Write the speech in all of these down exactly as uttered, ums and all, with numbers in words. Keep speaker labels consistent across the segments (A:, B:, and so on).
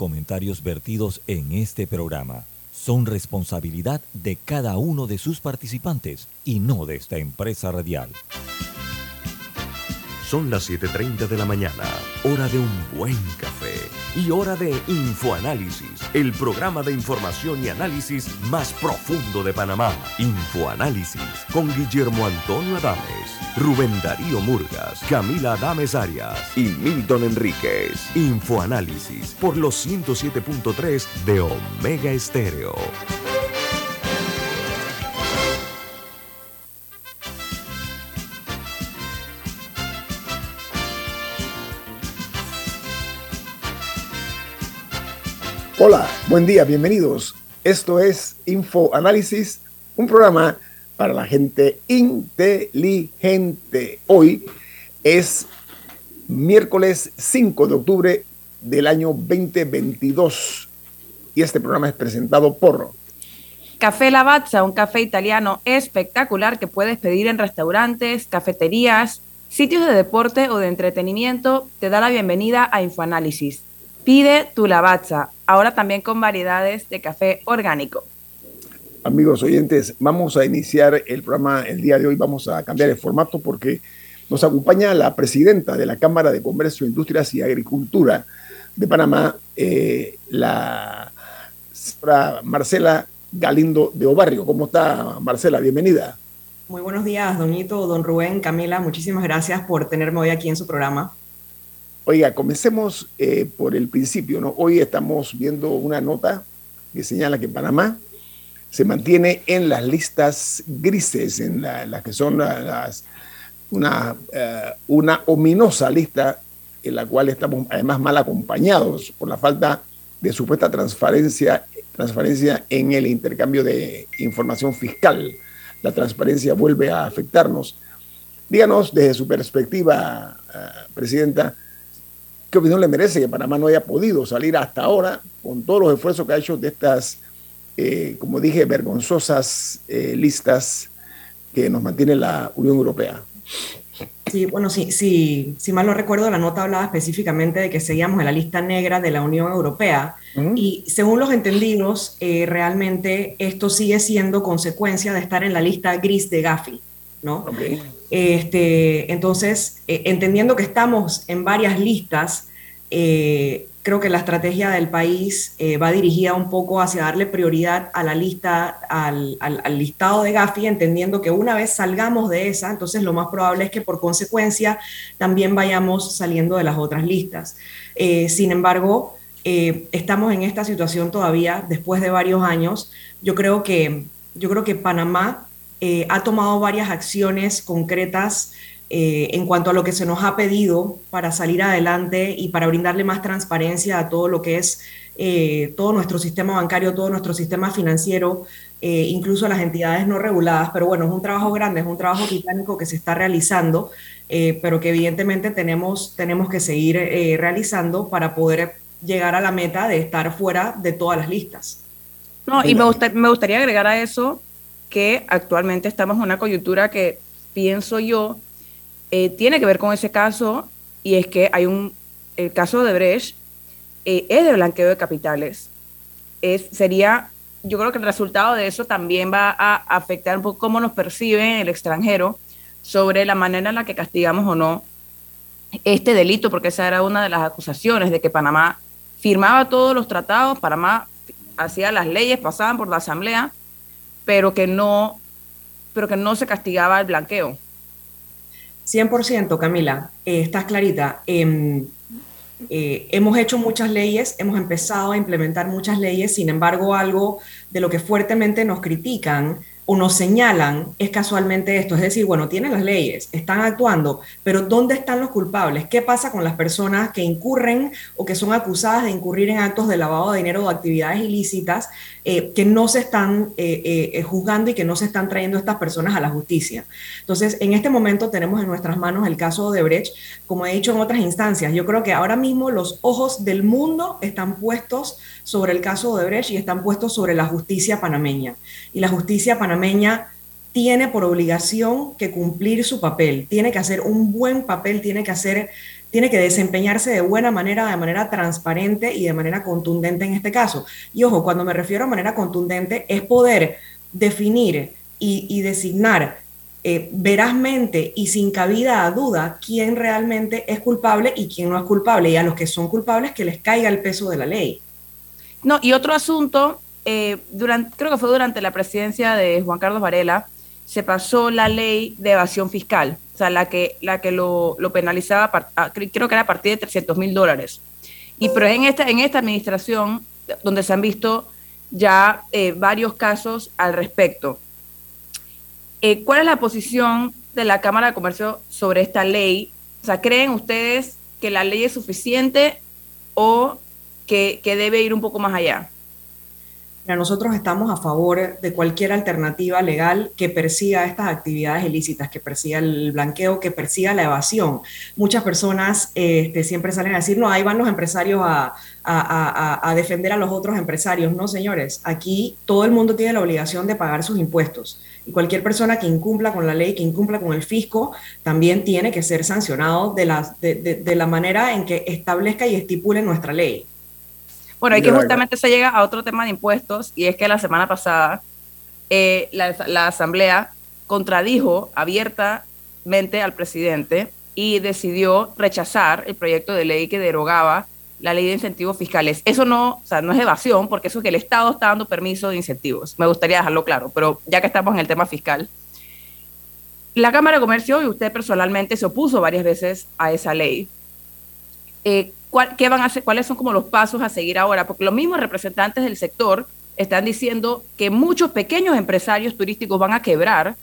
A: Comentarios vertidos en este programa son responsabilidad de cada uno de sus participantes y no de esta empresa radial.
B: Son las siete y media de la mañana, hora de un buen café y hora de Infoanálisis, el programa de información y análisis más profundo de Panamá. Infoanálisis con Guillermo Antonio Adames, Rubén Darío Murgas, Camila Adames Arias y Milton Enríquez. Infoanálisis por los ciento siete punto tres de Omega Estéreo.
C: Hola, buen día, bienvenidos. Esto es Infoanálisis, un programa para la gente inteligente. Hoy es miércoles cinco de octubre del año veinte veintidós y este programa es presentado por
D: Café Lavazza, un café italiano espectacular que puedes pedir en restaurantes, cafeterías, sitios de deporte o de entretenimiento. Te da la bienvenida a Infoanálisis. Pide tu Lavazza, ahora también con variedades de café orgánico.
C: Amigos oyentes, vamos a iniciar el programa el día de hoy. Vamos a cambiar el formato porque nos acompaña la presidenta de la Cámara de Comercio, Industrias y Agricultura de Panamá, eh, la señora Marcela Galindo de Obarrio. ¿Cómo está, Marcela? Bienvenida.
E: Muy buenos días, doñito, don Rubén, Camila. Muchísimas gracias por tenerme hoy aquí en su programa.
C: Oiga, comencemos eh, por el principio, ¿no? Hoy estamos viendo una nota que señala que Panamá se mantiene en las listas grises, en las la que son las, una, uh, una ominosa lista en la cual estamos además mal acompañados por la falta de supuesta transparencia, transparencia en el intercambio de información fiscal. La transparencia vuelve a afectarnos. Díganos desde su perspectiva, uh, presidenta, ¿qué opinión le merece que Panamá no haya podido salir hasta ahora con todos los esfuerzos que ha hecho de estas, eh, como dije, vergonzosas eh, listas que nos mantiene la Unión Europea?
E: Sí, bueno, sí, sí, si mal no recuerdo, la nota hablaba específicamente de que seguíamos en la lista negra de la Unión Europea. Uh-huh. Y según los entendidos, eh, realmente esto sigue siendo consecuencia de estar en la lista gris de Gafi, ¿no? Okay. Este, entonces, eh, entendiendo que estamos en varias listas, eh, creo que la estrategia del país eh, va dirigida un poco hacia darle prioridad a la lista, al, al, al listado de Gafi, entendiendo que una vez salgamos de esa, entonces lo más probable es que por consecuencia también vayamos saliendo de las otras listas. Eh, sin embargo, eh, estamos en esta situación todavía después de varios años. Yo creo que, yo creo que Panamá Eh, ha tomado varias acciones concretas eh, en cuanto a lo que se nos ha pedido para salir adelante y para brindarle más transparencia a todo lo que es eh, todo nuestro sistema bancario, todo nuestro sistema financiero, eh, incluso a las entidades no reguladas. Pero bueno, es un trabajo grande, es un trabajo titánico que se está realizando, eh, pero que evidentemente tenemos, tenemos que seguir eh, realizando para poder llegar a la meta de estar fuera de todas las listas.
D: No, y me, gusta, me gustaría agregar a eso que actualmente estamos en una coyuntura que, pienso yo, eh, tiene que ver con ese caso, y es que hay un, el caso de Brecht eh, es de blanqueo de capitales. Es, sería, yo creo que el resultado de eso también va a afectar un poco cómo nos perciben en el extranjero sobre la manera en la que castigamos o no este delito, porque esa era una de las acusaciones, de que Panamá firmaba todos los tratados, Panamá hacía las leyes, pasaban por la asamblea, pero que no, pero que no se castigaba el blanqueo.
E: cien por ciento, Camila, eh, estás clarita. Eh, eh, hemos hecho muchas leyes, hemos empezado a implementar muchas leyes, sin embargo, algo de lo que fuertemente nos critican o nos señalan es casualmente esto, es decir, bueno, tienen las leyes, están actuando, pero ¿dónde están los culpables? ¿Qué pasa con las personas que incurren o que son acusadas de incurrir en actos de lavado de dinero o de actividades ilícitas eh, que no se están eh, eh, juzgando y que no se están trayendo estas personas a la justicia? Entonces, en este momento tenemos en nuestras manos el caso de Brecht, como he dicho en otras instancias. Yo creo que ahora mismo los ojos del mundo están puestos sobre el caso de Brecht y están puestos sobre la justicia panameña. Y la justicia panameña tiene por obligación que cumplir su papel, tiene que hacer un buen papel, tiene que hacer tiene que desempeñarse de buena manera, de manera transparente y de manera contundente en este caso. Y ojo, cuando me refiero a manera contundente, es poder definir y, y designar eh, verazmente y sin cabida a duda quién realmente es culpable y quién no es culpable, y a los que son culpables que les caiga el peso de la ley.
D: No, y otro asunto, eh, durante, creo que fue durante la presidencia de Juan Carlos Varela, se pasó la ley de evasión fiscal, o sea, la que, la que lo, lo penalizaba, a, creo que era a partir de trescientos mil dólares. Y pero en esta, en esta administración, donde se han visto ya eh, varios casos al respecto. Eh, ¿Cuál es la posición de la Cámara de Comercio sobre esta ley? O sea, ¿creen ustedes que la ley es suficiente o que, que debe ir un poco más allá?
E: Mira, nosotros estamos a favor de cualquier alternativa legal que persiga estas actividades ilícitas, que persiga el blanqueo, que persiga la evasión. Muchas personas este, siempre salen a decir, no, ahí van los empresarios a, a, a, a defender a los otros empresarios. No, señores, aquí todo el mundo tiene la obligación de pagar sus impuestos. Y cualquier persona que incumpla con la ley, que incumpla con el fisco, también tiene que ser sancionado de la, de, de, de la manera en que establezca y estipule nuestra ley.
D: Bueno, y que justamente se llega a otro tema de impuestos, y es que la semana pasada eh, la, la Asamblea contradijo abiertamente al presidente y decidió rechazar el proyecto de ley que derogaba la ley de incentivos fiscales. Eso no, o sea, no es evasión, porque eso es que el Estado está dando permiso de incentivos. Me gustaría dejarlo claro, pero ya que estamos en el tema fiscal, la Cámara de Comercio y usted personalmente se opuso varias veces a esa ley. Eh, ¿cuál, qué van a hacer, ¿Cuáles son como los pasos a seguir ahora? Porque los mismos representantes del sector están diciendo que muchos pequeños empresarios turísticos van a quebrar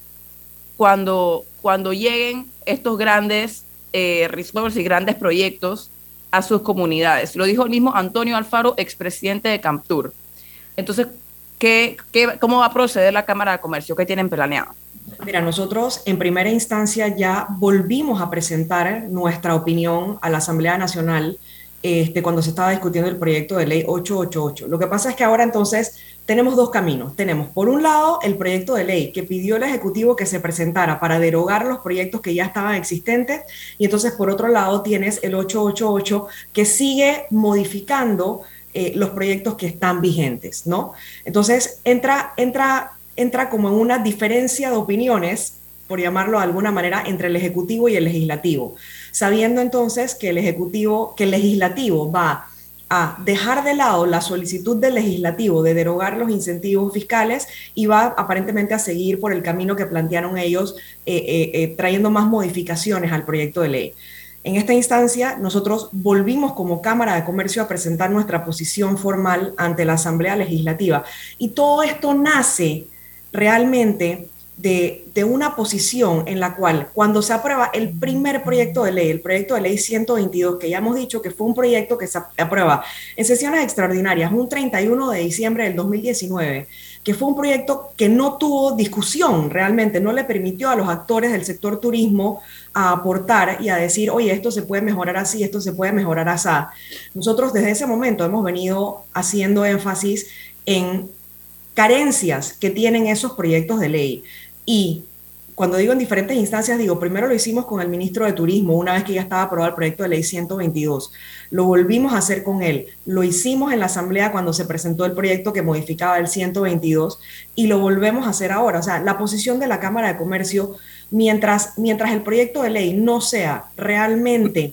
D: cuando, cuando lleguen estos grandes eh, resorts y grandes proyectos a sus comunidades. Lo dijo el mismo Antonio Alfaro, expresidente de Camptur. Entonces, ¿qué, qué, ¿cómo va a proceder la Cámara de Comercio? ¿Qué tienen planeado?
E: Mira, nosotros en primera instancia ya volvimos a presentar nuestra opinión a la Asamblea Nacional este, cuando se estaba discutiendo el proyecto de ley ochocientos ochenta y ocho. Lo que pasa es que ahora entonces tenemos dos caminos. Tenemos, por un lado, el proyecto de ley que pidió el Ejecutivo que se presentara para derogar los proyectos que ya estaban existentes, y entonces, por otro lado, tienes el ochocientos ochenta y ocho que sigue modificando eh, los proyectos que están vigentes, ¿no? Entonces, entra, entra, entra como en una diferencia de opiniones, por llamarlo de alguna manera, entre el Ejecutivo y el Legislativo, sabiendo entonces que el Ejecutivo, que el Legislativo va a dejar de lado la solicitud del legislativo de derogar los incentivos fiscales y va aparentemente a seguir por el camino que plantearon ellos, eh, eh, eh, trayendo más modificaciones al proyecto de ley. En esta instancia, nosotros volvimos como Cámara de Comercio a presentar nuestra posición formal ante la Asamblea Legislativa, y todo esto nace realmente De, de una posición en la cual, cuando se aprueba el primer proyecto de ley, el proyecto de ley ciento veintidós, que ya hemos dicho que fue un proyecto que se aprueba en sesiones extraordinarias un treinta y uno de diciembre del dos mil diecinueve, que fue un proyecto que no tuvo discusión realmente, no le permitió a los actores del sector turismo a aportar y a decir, oye, esto se puede mejorar así, esto se puede mejorar así. Nosotros desde ese momento hemos venido haciendo énfasis en carencias que tienen esos proyectos de ley. Y cuando digo en diferentes instancias, digo, primero lo hicimos con el ministro de Turismo, una vez que ya estaba aprobado el proyecto de ley ciento veintidós. Lo volvimos a hacer con él. Lo hicimos en la Asamblea cuando se presentó el proyecto que modificaba el ciento veintidós, y lo volvemos a hacer ahora. O sea, la posición de la Cámara de Comercio, mientras, mientras el proyecto de ley no sea realmente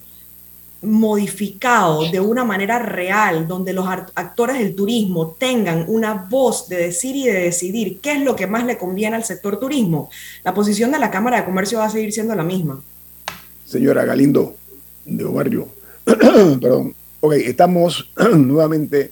E: modificado de una manera real, donde los actores del turismo tengan una voz de decir y de decidir qué es lo que más le conviene al sector turismo, la posición de la Cámara de Comercio va a seguir siendo la misma.
C: Señora Galindo de Obarrio, perdón, ok, estamos nuevamente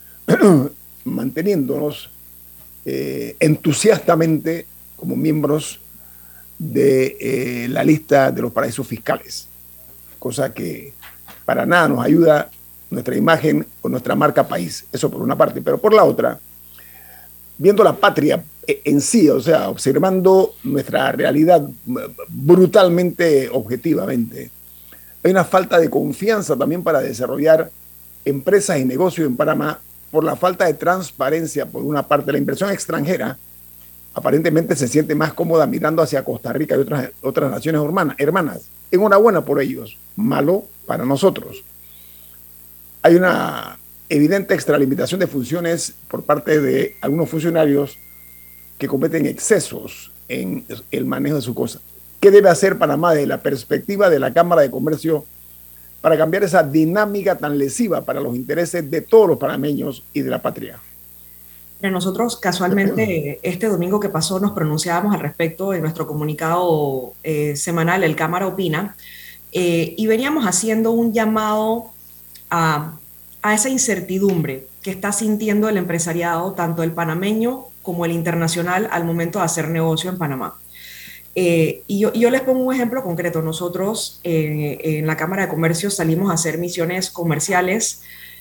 C: manteniéndonos eh, entusiastamente como miembros de eh, la lista de los paraísos fiscales, cosa que para nada nos ayuda nuestra imagen o nuestra marca país. Eso por una parte. Pero por la otra, viendo la patria en sí, o sea, observando nuestra realidad brutalmente, objetivamente, hay una falta de confianza también para desarrollar empresas y negocios en Panamá por la falta de transparencia. Por una parte, la inversión extranjera aparentemente se siente más cómoda mirando hacia Costa Rica y otras, otras naciones hermanas. hermanas. enhorabuena por ellos, malo para nosotros. Hay una evidente extralimitación de funciones por parte de algunos funcionarios que cometen excesos en el manejo de su cosa. ¿Qué debe hacer Panamá desde la perspectiva de la Cámara de Comercio para cambiar esa dinámica tan lesiva para los intereses de todos los panameños y de la patria?
E: Nosotros casualmente este domingo que pasó nos pronunciábamos al respecto en nuestro comunicado eh, semanal, el Cámara Opina, eh, y veníamos haciendo un llamado a, a esa incertidumbre que está sintiendo el empresariado, tanto el panameño como el internacional, al momento de hacer negocio en Panamá. Eh, y yo, yo les pongo un ejemplo concreto. Nosotros eh, en la Cámara de Comercio salimos a hacer misiones comerciales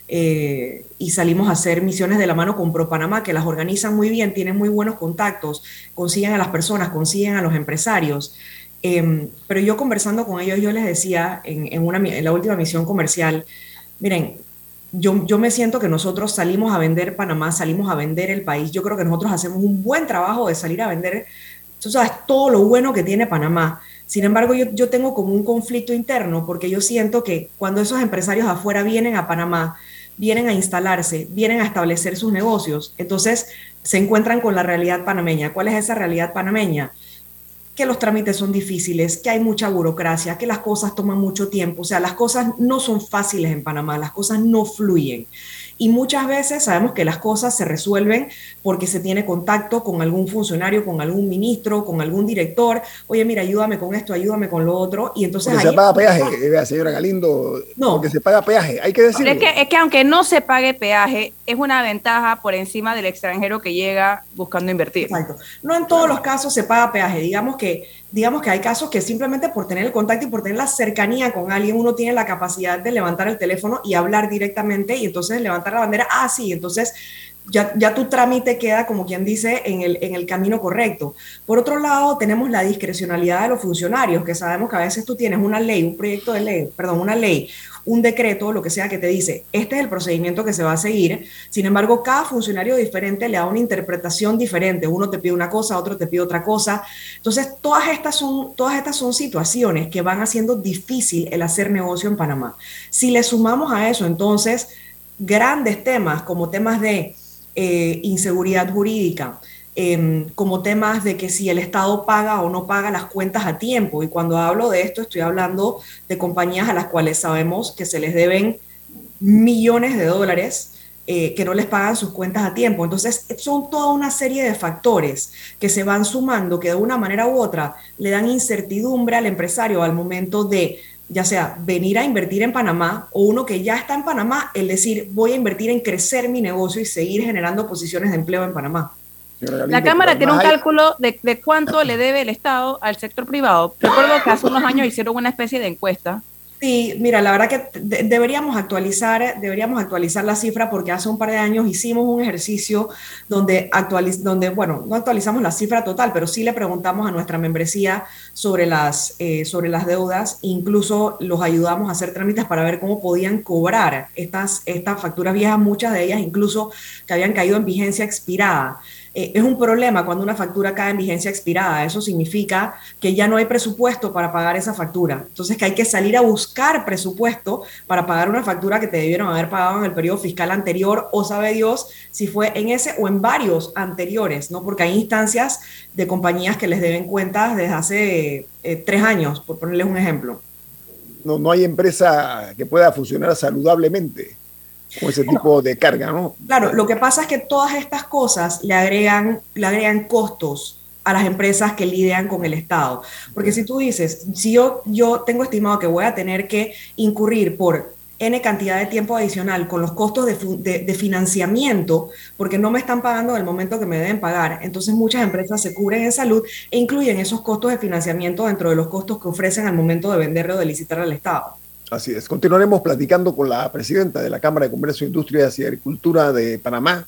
E: eh, y salimos a hacer misiones de la mano con ProPanamá, que las organizan muy bien, tienen muy buenos contactos, consiguen a las personas, consiguen a los empresarios. Eh, pero yo conversando con ellos, yo les decía en, en, una, en la última misión comercial, miren, yo, yo me siento que nosotros salimos a vender Panamá, salimos a vender el país. Yo creo que nosotros hacemos un buen trabajo de salir a vender, tú sabes, todo lo bueno que tiene Panamá. Sin embargo, yo, yo tengo como un conflicto interno porque yo siento que cuando esos empresarios afuera vienen a Panamá, vienen a instalarse, vienen a establecer sus negocios, entonces se encuentran con la realidad panameña. ¿Cuál es esa realidad panameña? Que los trámites son difíciles, que hay mucha burocracia, que las cosas toman mucho tiempo. O sea, las cosas no son fáciles en Panamá, las cosas no fluyen. Y muchas veces sabemos que las cosas se resuelven porque se tiene contacto con algún funcionario, con algún ministro, con algún director. Oye, mira, ayúdame con esto, ayúdame con lo otro. Y entonces
C: porque
E: ahí
C: se paga peaje, eh, señora Galindo.
E: No.
C: Porque se paga peaje, hay que decirlo.
D: Es que, es que aunque no se pague peaje, es una ventaja por encima del extranjero que llega buscando invertir.
E: Exacto. No en todos los casos se paga peaje. Digamos que, digamos que hay casos que simplemente por tener el contacto y por tener la cercanía con alguien, uno tiene la capacidad de levantar el teléfono y hablar directamente y entonces levantar la bandera. Ah, sí, entonces ya, ya tu trámite queda, como quien dice, en el, en el camino correcto. Por otro lado, tenemos la discrecionalidad de los funcionarios, que sabemos que a veces tú tienes una ley, un proyecto de ley, perdón, una ley, un decreto, lo que sea, que te dice, este es el procedimiento que se va a seguir. Sin embargo, cada funcionario diferente le da una interpretación diferente. Uno te pide una cosa, otro te pide otra cosa. Entonces, todas estas son, todas estas son situaciones que van haciendo difícil el hacer negocio en Panamá. Si le sumamos a eso, entonces, grandes temas como temas de eh, inseguridad jurídica, Eh, como temas de que si el Estado paga o no paga las cuentas a tiempo. Y cuando hablo de esto, estoy hablando de compañías a las cuales sabemos que se les deben millones de dólares eh, que no les pagan sus cuentas a tiempo. Entonces, son toda una serie de factores que se van sumando, que de una manera u otra le dan incertidumbre al empresario al momento de, ya sea venir a invertir en Panamá o uno que ya está en Panamá, el decir, voy a invertir en crecer mi negocio y seguir generando posiciones de empleo en Panamá.
D: La Cámara tiene un cálculo de, de cuánto le debe el Estado al sector privado. Recuerdo que hace unos años hicieron una especie de encuesta.
E: Sí, mira, la verdad que de, deberíamos actualizar, deberíamos actualizar la cifra porque hace un par de años hicimos un ejercicio donde, actualiz, donde bueno, no actualizamos la cifra total, pero sí le preguntamos a nuestra membresía sobre las, eh, sobre las deudas, incluso los ayudamos a hacer trámites para ver cómo podían cobrar estas, estas facturas viejas, muchas de ellas incluso que habían caído en vigencia expirada. Eh, es un problema cuando una factura cae en vigencia expirada. Eso significa que ya no hay presupuesto para pagar esa factura. Entonces que hay que salir a buscar presupuesto para pagar una factura que te debieron haber pagado en el periodo fiscal anterior o sabe Dios si fue en ese o en varios anteriores, ¿no? Porque hay instancias de compañías que les deben cuentas desde hace eh, tres años, por ponerles un ejemplo.
C: No, no hay empresa que pueda funcionar saludablemente con ese tipo bueno, de carga, ¿no?
E: Claro, lo que pasa es que todas estas cosas le agregan, le agregan costos a las empresas que lidian con el Estado. Porque si tú dices, si yo, yo tengo estimado que voy a tener que incurrir por N cantidad de tiempo adicional con los costos de, de, de financiamiento, porque no me están pagando en el momento que me deben pagar, entonces muchas empresas se cubren en salud e incluyen esos costos de financiamiento dentro de los costos que ofrecen al momento de venderlo o de licitar al Estado.
C: Así es. Continuaremos platicando con la presidenta de la Cámara de Comercio, Industrias y Agricultura de Panamá,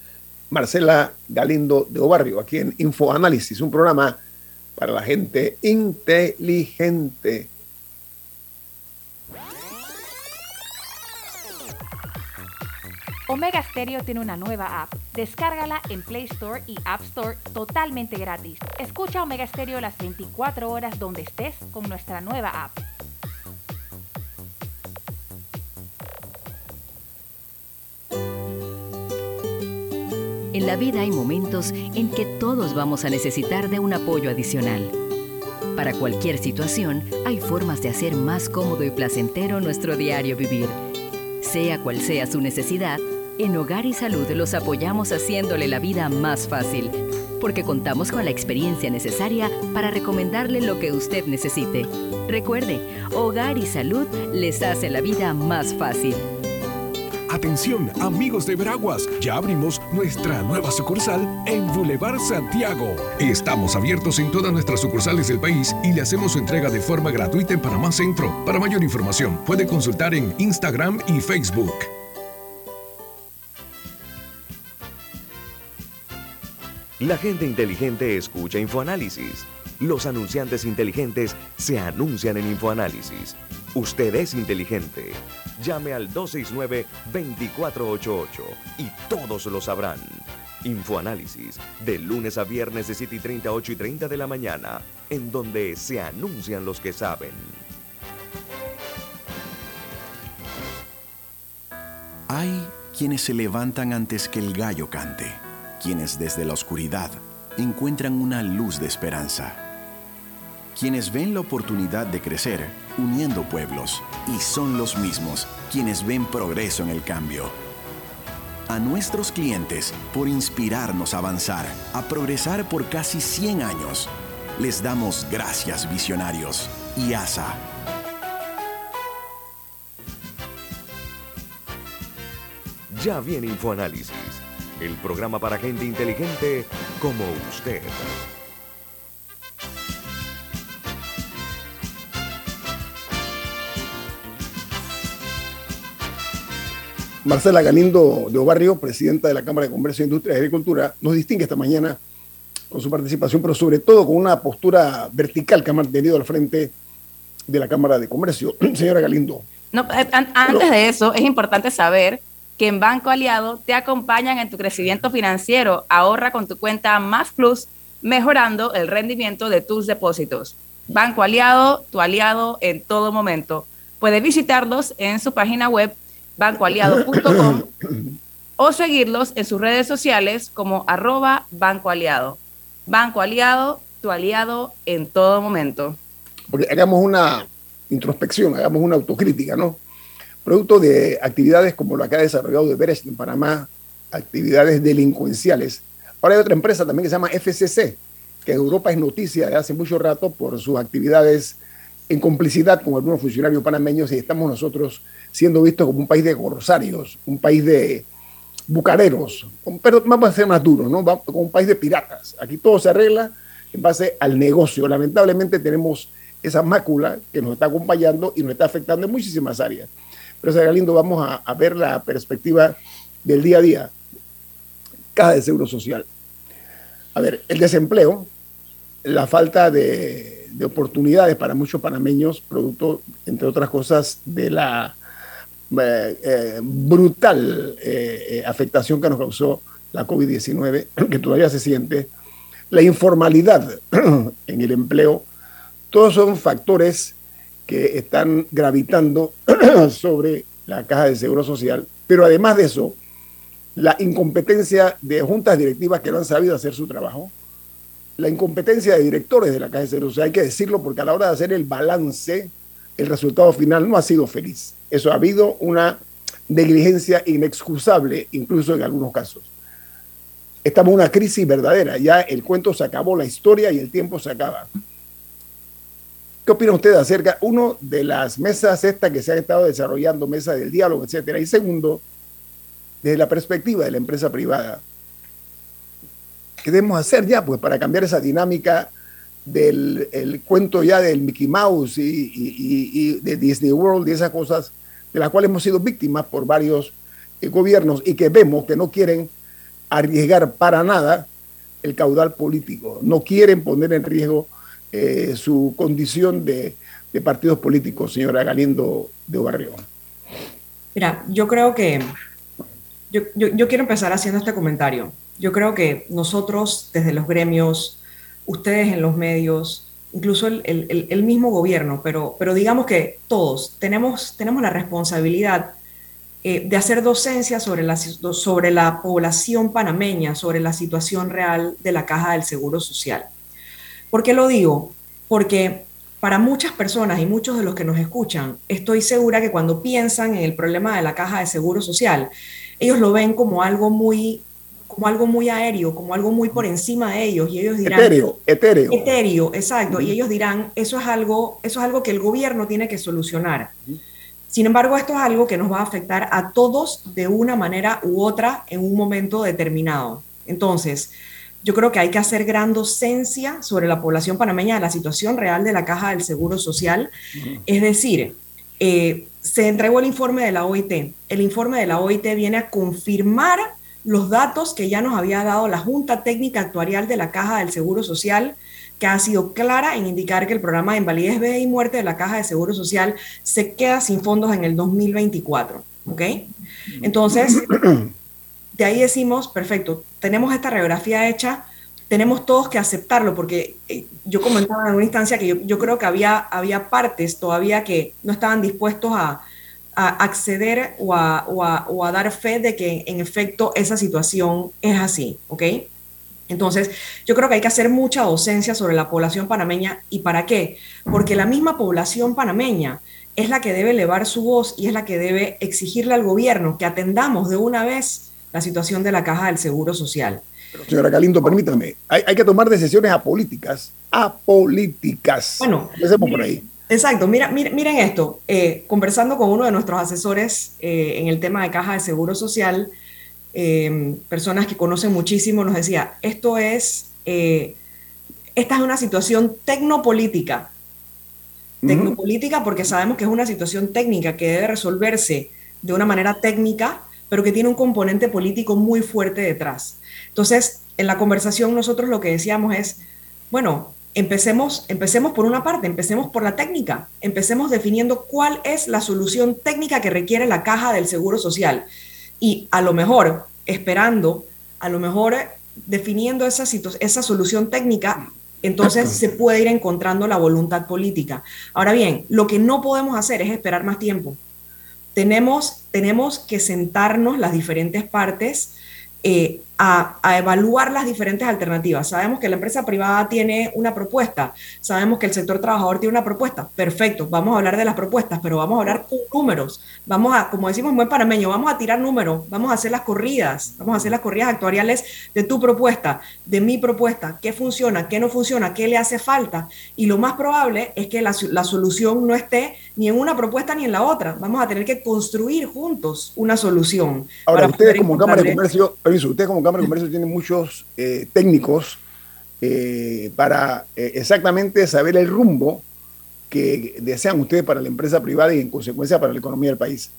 C: Marcela Galindo de Obarrio, aquí en Infoanálisis, un programa para la gente inteligente.
F: Omega Stereo tiene una nueva app. Descárgala en Play Store y App Store totalmente gratis. Escucha Omega Stereo las veinticuatro horas donde estés con nuestra nueva app.
G: En la vida hay momentos en que todos vamos a necesitar de un apoyo adicional. Para cualquier situación, hay formas de hacer más cómodo y placentero nuestro diario vivir. Sea cual sea su necesidad, en Hogar y Salud los apoyamos haciéndole la vida más fácil, porque contamos con la experiencia necesaria para recomendarle lo que usted necesite. Recuerde, Hogar y Salud les hace la vida más fácil.
H: Atención, amigos de Veraguas, ya abrimos nuestra nueva sucursal en Boulevard Santiago. Estamos abiertos en todas nuestras sucursales del país y le hacemos su entrega de forma gratuita en Panamá Centro. Para mayor información, puede consultar en Instagram y Facebook.
B: La gente inteligente escucha InfoAnálisis. Los anunciantes inteligentes se anuncian en InfoAnálisis. Usted es inteligente. Llame al dos seis nueve, dos cuatro ocho ocho y todos lo sabrán. InfoAnálisis, de lunes a viernes de siete y treinta a ocho y treinta de la mañana, en donde se anuncian los que saben.
I: Hay quienes se levantan antes que el gallo cante, quienes desde la oscuridad encuentran una luz de esperanza, quienes ven la oportunidad de crecer uniendo pueblos, y son los mismos quienes ven progreso en el cambio. A nuestros clientes, por inspirarnos a avanzar, a progresar por casi cien años, les damos gracias, visionarios. I A S A.
B: Ya viene InfoAnálisis, el programa para gente inteligente como usted.
C: Marcela Galindo de Obarrio, presidenta de la Cámara de Comercio, Industria y Agricultura, nos distingue esta mañana con su participación, pero sobre todo con una postura vertical que ha mantenido al frente de la Cámara de Comercio. Señora Galindo.
D: No, an antes pero, de eso, es importante saber que en Banco Aliado te acompañan en tu crecimiento financiero. Ahorra con tu cuenta Más Plus, mejorando el rendimiento de tus depósitos. Banco Aliado, tu aliado en todo momento. Puedes visitarlos en su página web banco aliado punto com o seguirlos en sus redes sociales como arroba Banco Aliado. Banco Aliado, tu aliado en todo momento.
C: Porque hagamos una introspección, hagamos una autocrítica, ¿no? Producto de actividades como la que ha desarrollado Odebrecht en Panamá, actividades delincuenciales. Ahora hay otra empresa también que se llama F C C, que en Europa es noticia de hace mucho rato por sus actividades en complicidad con algunos funcionarios panameños, y estamos nosotros siendo vistos como un país de corsarios, un país de bucareros, pero vamos a ser más duros, ¿no? Como un país de piratas. Aquí todo se arregla en base al negocio. Lamentablemente tenemos esa mácula que nos está acompañando y nos está afectando en muchísimas áreas. Pero, señor Galindo, vamos a, a ver la perspectiva del día a día. Caja de Seguro Social. A ver, el desempleo, la falta de, de oportunidades para muchos panameños, producto, entre otras cosas, de la eh, eh, brutal eh, eh, afectación que nos causó la COVID diecinueve, que todavía se siente, la informalidad en el empleo, todos son factores que están gravitando sobre la Caja de Seguro Social, pero además de eso, la incompetencia de juntas directivas que no han sabido hacer su trabajo, la incompetencia de directores de la Caja de Seguro Social, hay que decirlo, porque a la hora de hacer el balance, el resultado final no ha sido feliz. Eso ha habido una negligencia inexcusable, incluso en algunos casos. Estamos en una crisis verdadera, ya el cuento se acabó, la historia y el tiempo se acaba. ¿Qué opina usted acerca, uno, de las mesas estas que se han estado desarrollando, mesa del diálogo, etcétera? Y segundo, desde la perspectiva de la empresa privada, ¿qué debemos hacer ya pues para cambiar esa dinámica del el cuento ya del Mickey Mouse y, y, y, y de Disney World y esas cosas de las cuales hemos sido víctimas por varios eh, gobiernos y que vemos que no quieren arriesgar para nada el caudal político, no quieren poner en riesgo eh, su condición de, de partidos políticos, señora Galindo de Obarrio?
E: Mira, yo creo que yo, yo, yo quiero empezar haciendo este comentario. Yo creo que nosotros desde los gremios, ustedes en los medios, incluso el, el, el mismo gobierno, pero, pero digamos que todos tenemos, tenemos la responsabilidad eh, de hacer docencia sobre la, sobre la población panameña, sobre la situación real de la Caja del Seguro Social. ¿Por qué lo digo? Porque para muchas personas y muchos de los que nos escuchan, estoy segura que cuando piensan en el problema de la Caja de Seguro Social, ellos lo ven como algo muy, como algo muy aéreo, como algo muy por encima de ellos, y ellos dirán...
C: Etéreo, etéreo.
E: Etéreo, exacto, uh-huh. Y ellos dirán, eso es, algo, eso es algo que el gobierno tiene que solucionar. Uh-huh. Sin embargo, esto es algo que nos va a afectar a todos de una manera u otra en un momento determinado. Entonces, yo creo que hay que hacer gran docencia sobre la población panameña de la situación real de la Caja del Seguro Social. Uh-huh. Es decir, eh, se entregó el informe de la O I T. El informe de la O I T viene a confirmar los datos que ya nos había dado la Junta Técnica Actuarial de la Caja del Seguro Social, que ha sido clara en indicar que el programa de invalidez, vejez y muerte de la Caja de Seguro Social se queda sin fondos en el dos mil veinticuatro. ¿Ok? Entonces, de ahí decimos, perfecto, tenemos esta radiografía hecha, tenemos todos que aceptarlo, porque yo comentaba en una instancia que yo, yo creo que había, había partes todavía que no estaban dispuestos a, a acceder o a, o, a, o a dar fe de que en efecto esa situación es así, ¿ok? Entonces, yo creo que hay que hacer mucha docencia sobre la población panameña. ¿Y para qué? Porque la misma población panameña es la que debe elevar su voz y es la que debe exigirle al gobierno que atendamos de una vez la situación de la Caja del Seguro Social.
C: Pero, señora Galindo, permítame, hay, hay que tomar decisiones apolíticas, apolíticas.
E: Bueno,
C: empecemos por ahí.
E: Exacto, mira, mira, miren esto, eh, conversando con uno de nuestros asesores eh, en el tema de Caja de Seguro Social, eh, personas que conocen muchísimo, nos decía, esto es, eh, esta es una situación tecnopolítica, tecnopolítica uh-huh. porque sabemos que es una situación técnica que debe resolverse de una manera técnica, pero que tiene un componente político muy fuerte detrás. Entonces, en la conversación nosotros lo que decíamos es, bueno, empecemos, empecemos por una parte, empecemos por la técnica, empecemos definiendo cuál es la solución técnica que requiere la Caja del Seguro Social. Y a lo mejor, esperando, a lo mejor definiendo esa, esa solución técnica, entonces se puede ir encontrando la voluntad política. Ahora bien, lo que no podemos hacer es esperar más tiempo. Tenemos, tenemos que sentarnos las diferentes partes eh, a, a evaluar las diferentes alternativas. Sabemos que la empresa privada tiene una propuesta, sabemos que el sector trabajador tiene una propuesta. Perfecto, vamos a hablar de las propuestas, pero vamos a hablar con números. Vamos a, como decimos en buen panameño, vamos a tirar números, vamos a hacer las corridas, vamos a hacer las corridas actuariales de tu propuesta, de mi propuesta, qué funciona, qué no funciona, qué le hace falta. Y lo más probable es que la, la solución no esté ni en una propuesta ni en la otra. Vamos a tener que construir juntos una solución.
C: Ahora, ustedes como Cámara de Comercio, permiso, ustedes como Cámara de Comercio tienen muchos eh, técnicos eh, para eh, exactamente saber el rumbo que desean ustedes para la empresa privada y en consecuencia para la economía del país.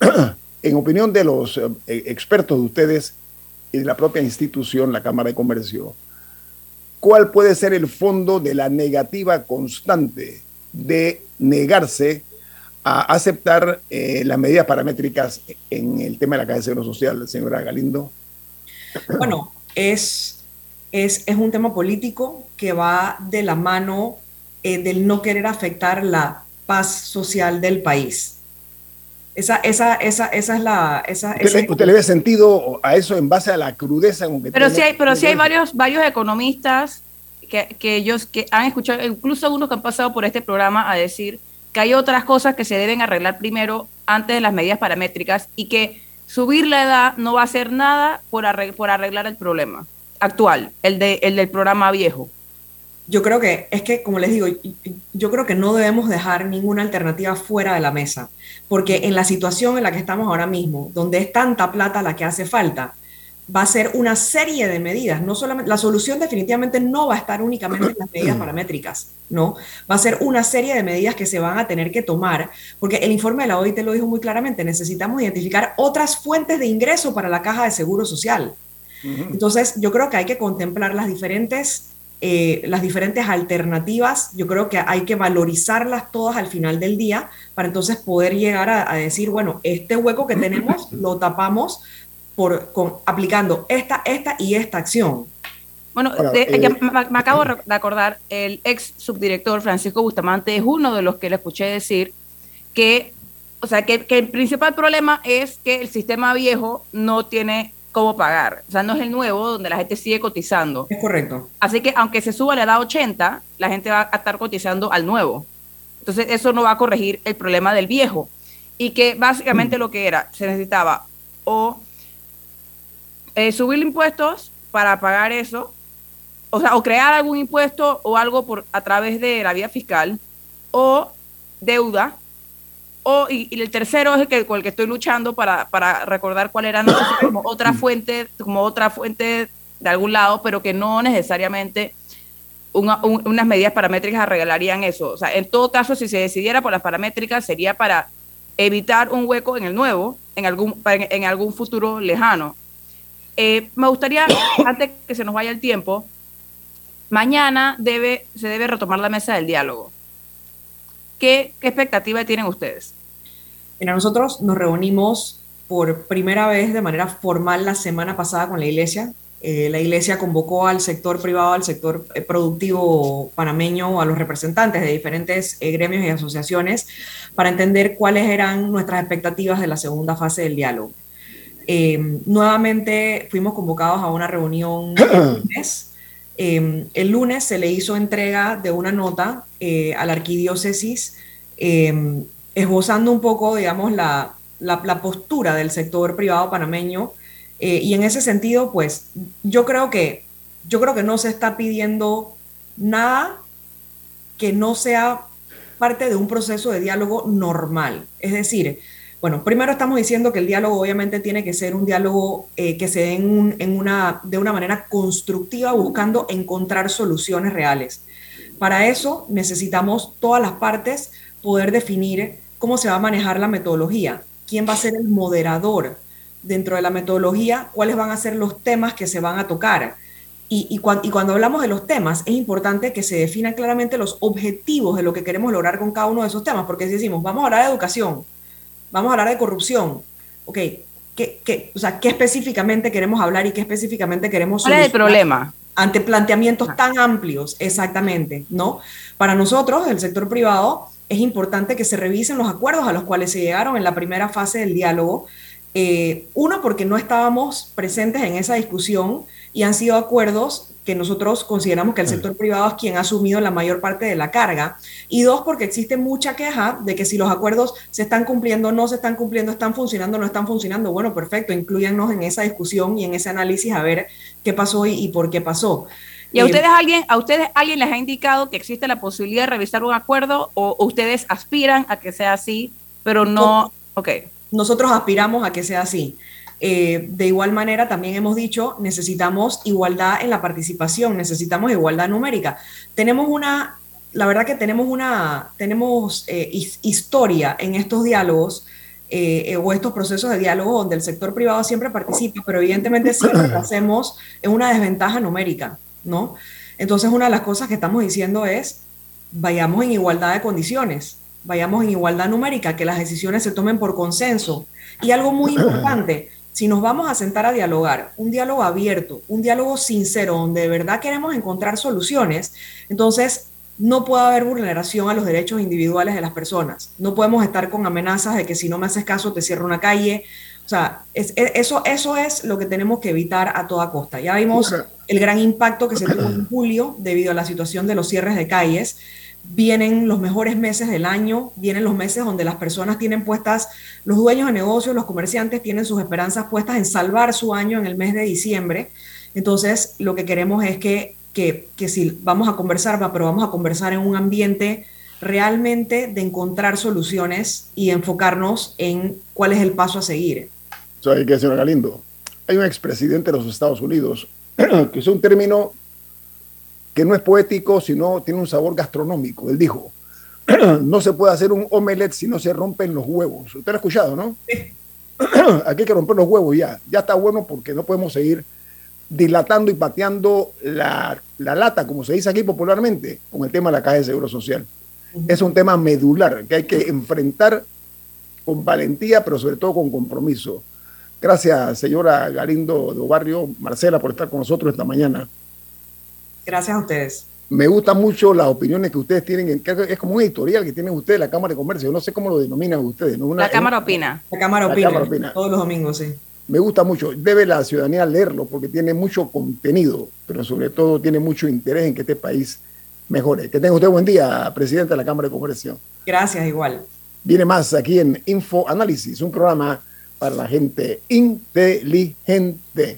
C: En opinión de los eh, expertos de ustedes y de la propia institución, la Cámara de Comercio, ¿cuál puede ser el fondo de la negativa constante de negarse a aceptar eh, las medidas paramétricas en el tema de la Caja de Seguro Social, señora Galindo?
E: Bueno, es, es, es un tema político que va de la mano eh, del no querer afectar la paz social del país. Esa, esa, esa, esa es la... Esa,
C: ¿Usted, ese... ¿Usted le ve sentido a eso en base a la crudeza? Con que
D: pero sí hay, pero sí hay varios, varios economistas que, que ellos que han escuchado, incluso unos que han pasado por este programa, a decir que hay otras cosas que se deben arreglar primero antes de las medidas paramétricas y que subir la edad no va a hacer nada por arreglar, por arreglar el problema actual, el, de, el del programa viejo.
E: Yo creo que, es que, como les digo, yo creo que no debemos dejar ninguna alternativa fuera de la mesa, porque en la situación en la que estamos ahora mismo, donde es tanta plata la que hace falta, va a ser una serie de medidas, no solamente, la solución definitivamente no va a estar únicamente en las medidas paramétricas, ¿no? Va a ser una serie de medidas que se van a tener que tomar, porque el informe de la O I T lo dijo muy claramente, necesitamos identificar otras fuentes de ingreso para la Caja de Seguro Social. Uh-huh. Entonces, yo creo que hay que contemplar las diferentes, eh, las diferentes alternativas, yo creo que hay que valorizarlas todas al final del día, para entonces poder llegar a, a decir, bueno, este hueco que tenemos lo tapamos Por, con, aplicando esta, esta y esta acción.
D: Bueno, de, eh, me, me acabo de acordar, el ex subdirector Francisco Bustamante es uno de los que le escuché decir que o sea, que, que el principal problema es que el sistema viejo no tiene cómo pagar. O sea, no es el nuevo donde la gente sigue cotizando.
E: Es correcto.
D: Así que aunque se suba la edad ochenta, la gente va a estar cotizando al nuevo. Entonces eso no va a corregir el problema del viejo. Y que básicamente lo que era, se necesitaba o eh, subir impuestos para pagar eso, o sea, o crear algún impuesto o algo por a través de la vía fiscal, o deuda, o y, y el tercero es el que con el que estoy luchando para, para recordar cuál era como otra fuente, como otra fuente de algún lado, pero que no necesariamente una, un, unas medidas paramétricas arreglarían eso. O sea, en todo caso, si se decidiera por las paramétricas, sería para evitar un hueco en el nuevo, en algún, en, en algún futuro lejano. Eh, me gustaría, antes que se nos vaya el tiempo, mañana debe, se debe retomar la mesa del diálogo. ¿Qué, qué expectativa tienen ustedes?
E: Mira, nosotros nos reunimos por primera vez de manera formal la semana pasada con la Iglesia. Eh, la Iglesia convocó al sector privado, al sector eh, productivo panameño, a los representantes de diferentes eh, gremios y asociaciones para entender cuáles eran nuestras expectativas de la segunda fase del diálogo. Eh, nuevamente fuimos convocados a una reunión el lunes. Eh, el lunes se le hizo entrega de una nota eh, a la arquidiócesis eh, esbozando un poco, digamos, la, la, la postura del sector privado panameño. Eh, y en ese sentido, pues, yo creo que, yo creo que no se está pidiendo nada que no sea parte de un proceso de diálogo normal. Es decir, bueno, primero estamos diciendo que el diálogo obviamente tiene que ser un diálogo eh, que se dé en un, en una, de una manera constructiva, buscando encontrar soluciones reales. Para eso necesitamos todas las partes poder definir cómo se va a manejar la metodología, quién va a ser el moderador dentro de la metodología, cuáles van a ser los temas que se van a tocar. Y, y, cuan, y cuando hablamos de los temas, es importante que se definan claramente los objetivos de lo que queremos lograr con cada uno de esos temas, porque si decimos, vamos a hablar de educación, vamos a hablar de corrupción, ok, ¿qué, qué, o sea, ¿qué específicamente queremos hablar y qué específicamente queremos
D: solucionar? ¿Cuál es el problema?
E: Ante planteamientos ah. tan amplios, exactamente, ¿no? Para nosotros, el sector privado, es importante que se revisen los acuerdos a los cuales se llegaron en la primera fase del diálogo. Eh, uno, porque no estábamos presentes en esa discusión y han sido acuerdos que nosotros consideramos que el sector privado es quien ha asumido la mayor parte de la carga. Y dos, porque existe mucha queja de que si los acuerdos se están cumpliendo, no se están cumpliendo, están funcionando, no están funcionando. Bueno, perfecto, inclúyanos en esa discusión y en ese análisis a ver qué pasó y, y por qué pasó.
D: ¿Y a ustedes, alguien, a ustedes alguien les ha indicado que existe la posibilidad de revisar un acuerdo o, o ustedes aspiran a que sea así, pero no... Ok.
E: Nosotros aspiramos a que sea así. Eh, de igual manera, también hemos dicho, necesitamos igualdad en la participación, necesitamos igualdad numérica. Tenemos una, la verdad que tenemos una, tenemos eh, historia en estos diálogos eh, o estos procesos de diálogo donde el sector privado siempre participa, pero evidentemente siempre lo hacemos en una desventaja numérica, ¿no? Entonces, una de las cosas que estamos diciendo es, vayamos en igualdad de condiciones, vayamos en igualdad numérica, que las decisiones se tomen por consenso. Y algo muy importante, si nos vamos a sentar a dialogar, un diálogo abierto, un diálogo sincero, donde de verdad queremos encontrar soluciones, entonces no puede haber vulneración a los derechos individuales de las personas. No podemos estar con amenazas de que si no me haces caso te cierro una calle. O sea, es, es, eso, eso es lo que tenemos que evitar a toda costa. Ya vimos el gran impacto que se tuvo en julio debido a la situación de los cierres de calles. Vienen los mejores meses del año, vienen los meses donde las personas tienen puestas, los dueños de negocios, los comerciantes tienen sus esperanzas puestas en salvar su año en el mes de diciembre. Entonces, lo que queremos es que, que, que si vamos a conversar, pero vamos a conversar en un ambiente realmente de encontrar soluciones y enfocarnos en cuál es el paso a seguir.
C: ¿Sabe qué, señor Galindo? Hay un expresidente de los Estados Unidos que es un término que no es poético, sino tiene un sabor gastronómico. Él dijo, no se puede hacer un omelette si no se rompen los huevos. Usted lo ha escuchado, ¿no? Sí. Aquí hay que romper los huevos ya. Ya está bueno porque no podemos seguir dilatando y pateando la, la lata, como se dice aquí popularmente, con el tema de la Caja de Seguro Social. Uh-huh. Es un tema medular que hay que enfrentar con valentía, pero sobre todo con compromiso. Gracias, señora Galindo de Obarrio, Marcela, por estar con nosotros esta mañana.
E: Gracias a ustedes.
C: Me gustan mucho las opiniones que ustedes tienen, es como un editorial que tienen ustedes, la Cámara de Comercio, yo no sé cómo lo denominan ustedes. ¿no? Una,
D: la Cámara
C: una,
D: opina.
E: La Cámara
C: la
E: opina,
C: Cámara opina,
E: todos los domingos, sí.
C: Me gusta mucho, debe la ciudadanía leerlo porque tiene mucho contenido, pero sobre todo tiene mucho interés en que este país mejore. Que tenga usted buen día, presidente de la Cámara de Comercio.
E: Gracias, igual.
C: Viene más aquí en Info Análisis, un programa para la gente inteligente.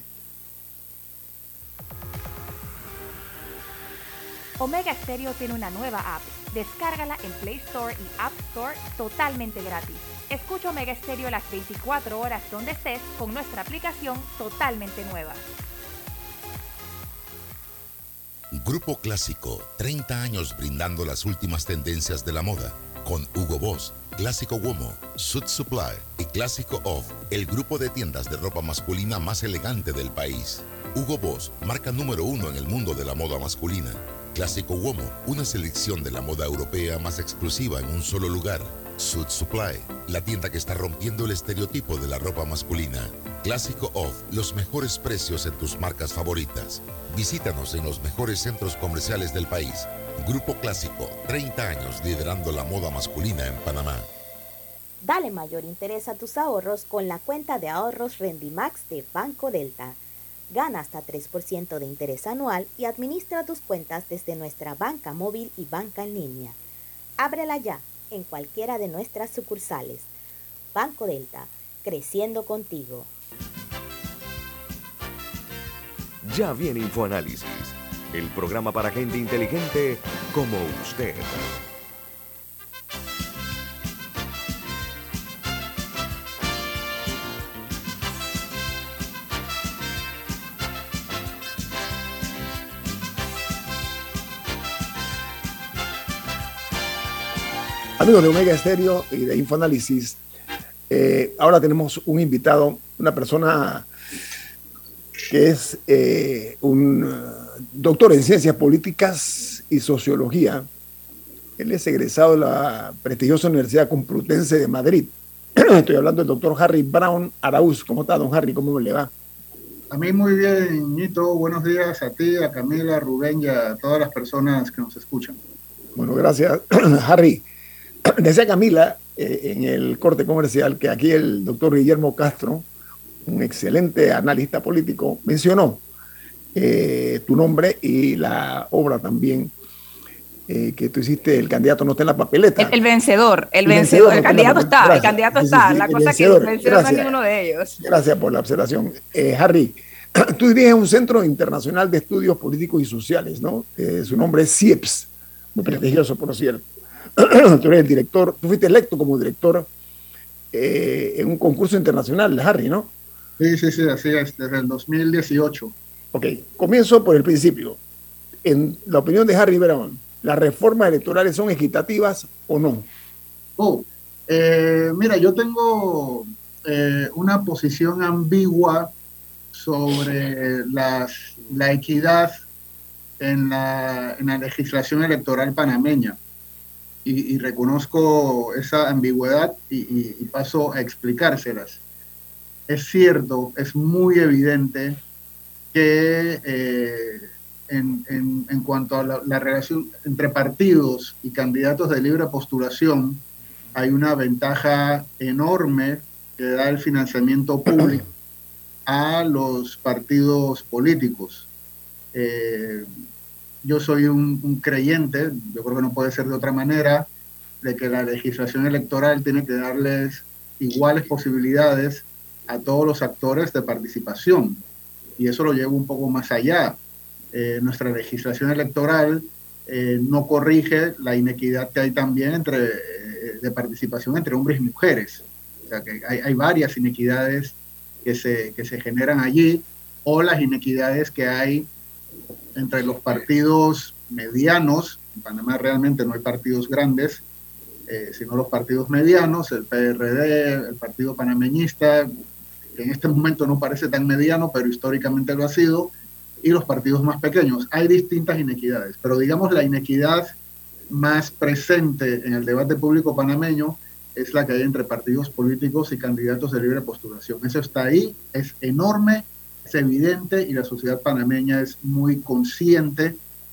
F: Omega Stereo tiene una nueva app. Descárgala en Play Store y App Store totalmente gratis. Escucha Omega Stereo las veinticuatro horas donde estés con nuestra aplicación totalmente nueva.
J: Grupo Clásico, treinta años brindando las últimas tendencias de la moda. Con Hugo Boss, Clásico Womo, Suit Supply y Clásico Off, el grupo de tiendas de ropa masculina más elegante del país. Hugo Boss, marca número uno en el mundo de la moda masculina. Clásico Womo, una selección de la moda europea más exclusiva en un solo lugar. Suit Supply, la tienda que está rompiendo el estereotipo de la ropa masculina. Clásico Off, los mejores precios en tus marcas favoritas. Visítanos en los mejores centros comerciales del país. Grupo Clásico, treinta años liderando la moda masculina en Panamá.
K: Dale mayor interés a tus ahorros con la cuenta de ahorros Rendimax de Banco Delta. Gana hasta tres por ciento de interés anual y administra tus cuentas desde nuestra banca móvil y banca en línea. Ábrela ya en cualquiera de nuestras sucursales. Banco Delta, creciendo contigo.
B: Ya viene InfoAnálisis, el programa para gente inteligente como usted.
C: Amigos de Omega Stereo y de InfoAnálisis, eh, ahora tenemos un invitado, una persona que es eh, un uh, doctor en Ciencias Políticas y Sociología. Él es egresado de la prestigiosa Universidad Complutense de Madrid. Estoy hablando del doctor Harry Brown Araúz. ¿Cómo está, don Harry? ¿Cómo le va?
L: A mí muy bien, Ñito. Buenos días a ti, a Camila, a Rubén y a todas las personas que nos escuchan.
C: Bueno, gracias, Harry. Decía Camila eh, en el corte comercial que aquí el doctor Guillermo Castro, un excelente analista político, mencionó eh, tu nombre y la obra también eh, que tú hiciste, El candidato no está en la papeleta.
D: El, el vencedor, el, el vencedor, vencedor, el candidato está, gracias. el candidato sí, está, sí, sí, la cosa vencedor. que el vencedor gracias. no es ninguno de ellos.
C: Gracias por la observación. Eh, Harry, tú diriges un Centro Internacional de Estudios Políticos y Sociales, ¿no? Eh, su nombre es C I E P S, muy prestigioso, por cierto. Tú eres el director, tú fuiste electo como director eh, en un concurso internacional, Harry, ¿no?
L: Sí, sí, sí, así es, desde el dos mil dieciocho.
C: Ok, comienzo por el principio. En la opinión de Harry Brown, ¿las reformas electorales son equitativas o no?
L: Oh, eh, mira, yo tengo eh, una posición ambigua sobre las, la equidad en la, en la legislación electoral panameña. Y, y reconozco esa ambigüedad y, y, y paso a explicárselas. Es cierto, es muy evidente que eh, en, en, en cuanto a la, la relación entre partidos y candidatos de libre postulación, hay una ventaja enorme que da el financiamiento público a los partidos políticos. Eh, Yo soy un, un creyente, yo creo que no puede ser de otra manera, de que la legislación electoral tiene que darles iguales posibilidades a todos los actores de participación. Y eso lo llevo un poco más allá. Eh, nuestra legislación electoral eh, no corrige la inequidad que hay también entre, eh, de participación entre hombres y mujeres. O sea, que hay, hay varias inequidades que se, que se generan allí, o las inequidades que hay entre los partidos medianos. En Panamá realmente no hay partidos grandes, eh, sino los partidos medianos, el P R D, el Partido Panameñista, que en este momento no parece tan mediano, pero históricamente lo ha sido, y los partidos más pequeños. Hay distintas inequidades, pero digamos la inequidad más presente en el debate público panameño es la que hay entre partidos políticos y candidatos de libre postulación. Eso está ahí, es enorme, es evidente, y la sociedad panameña es muy consciente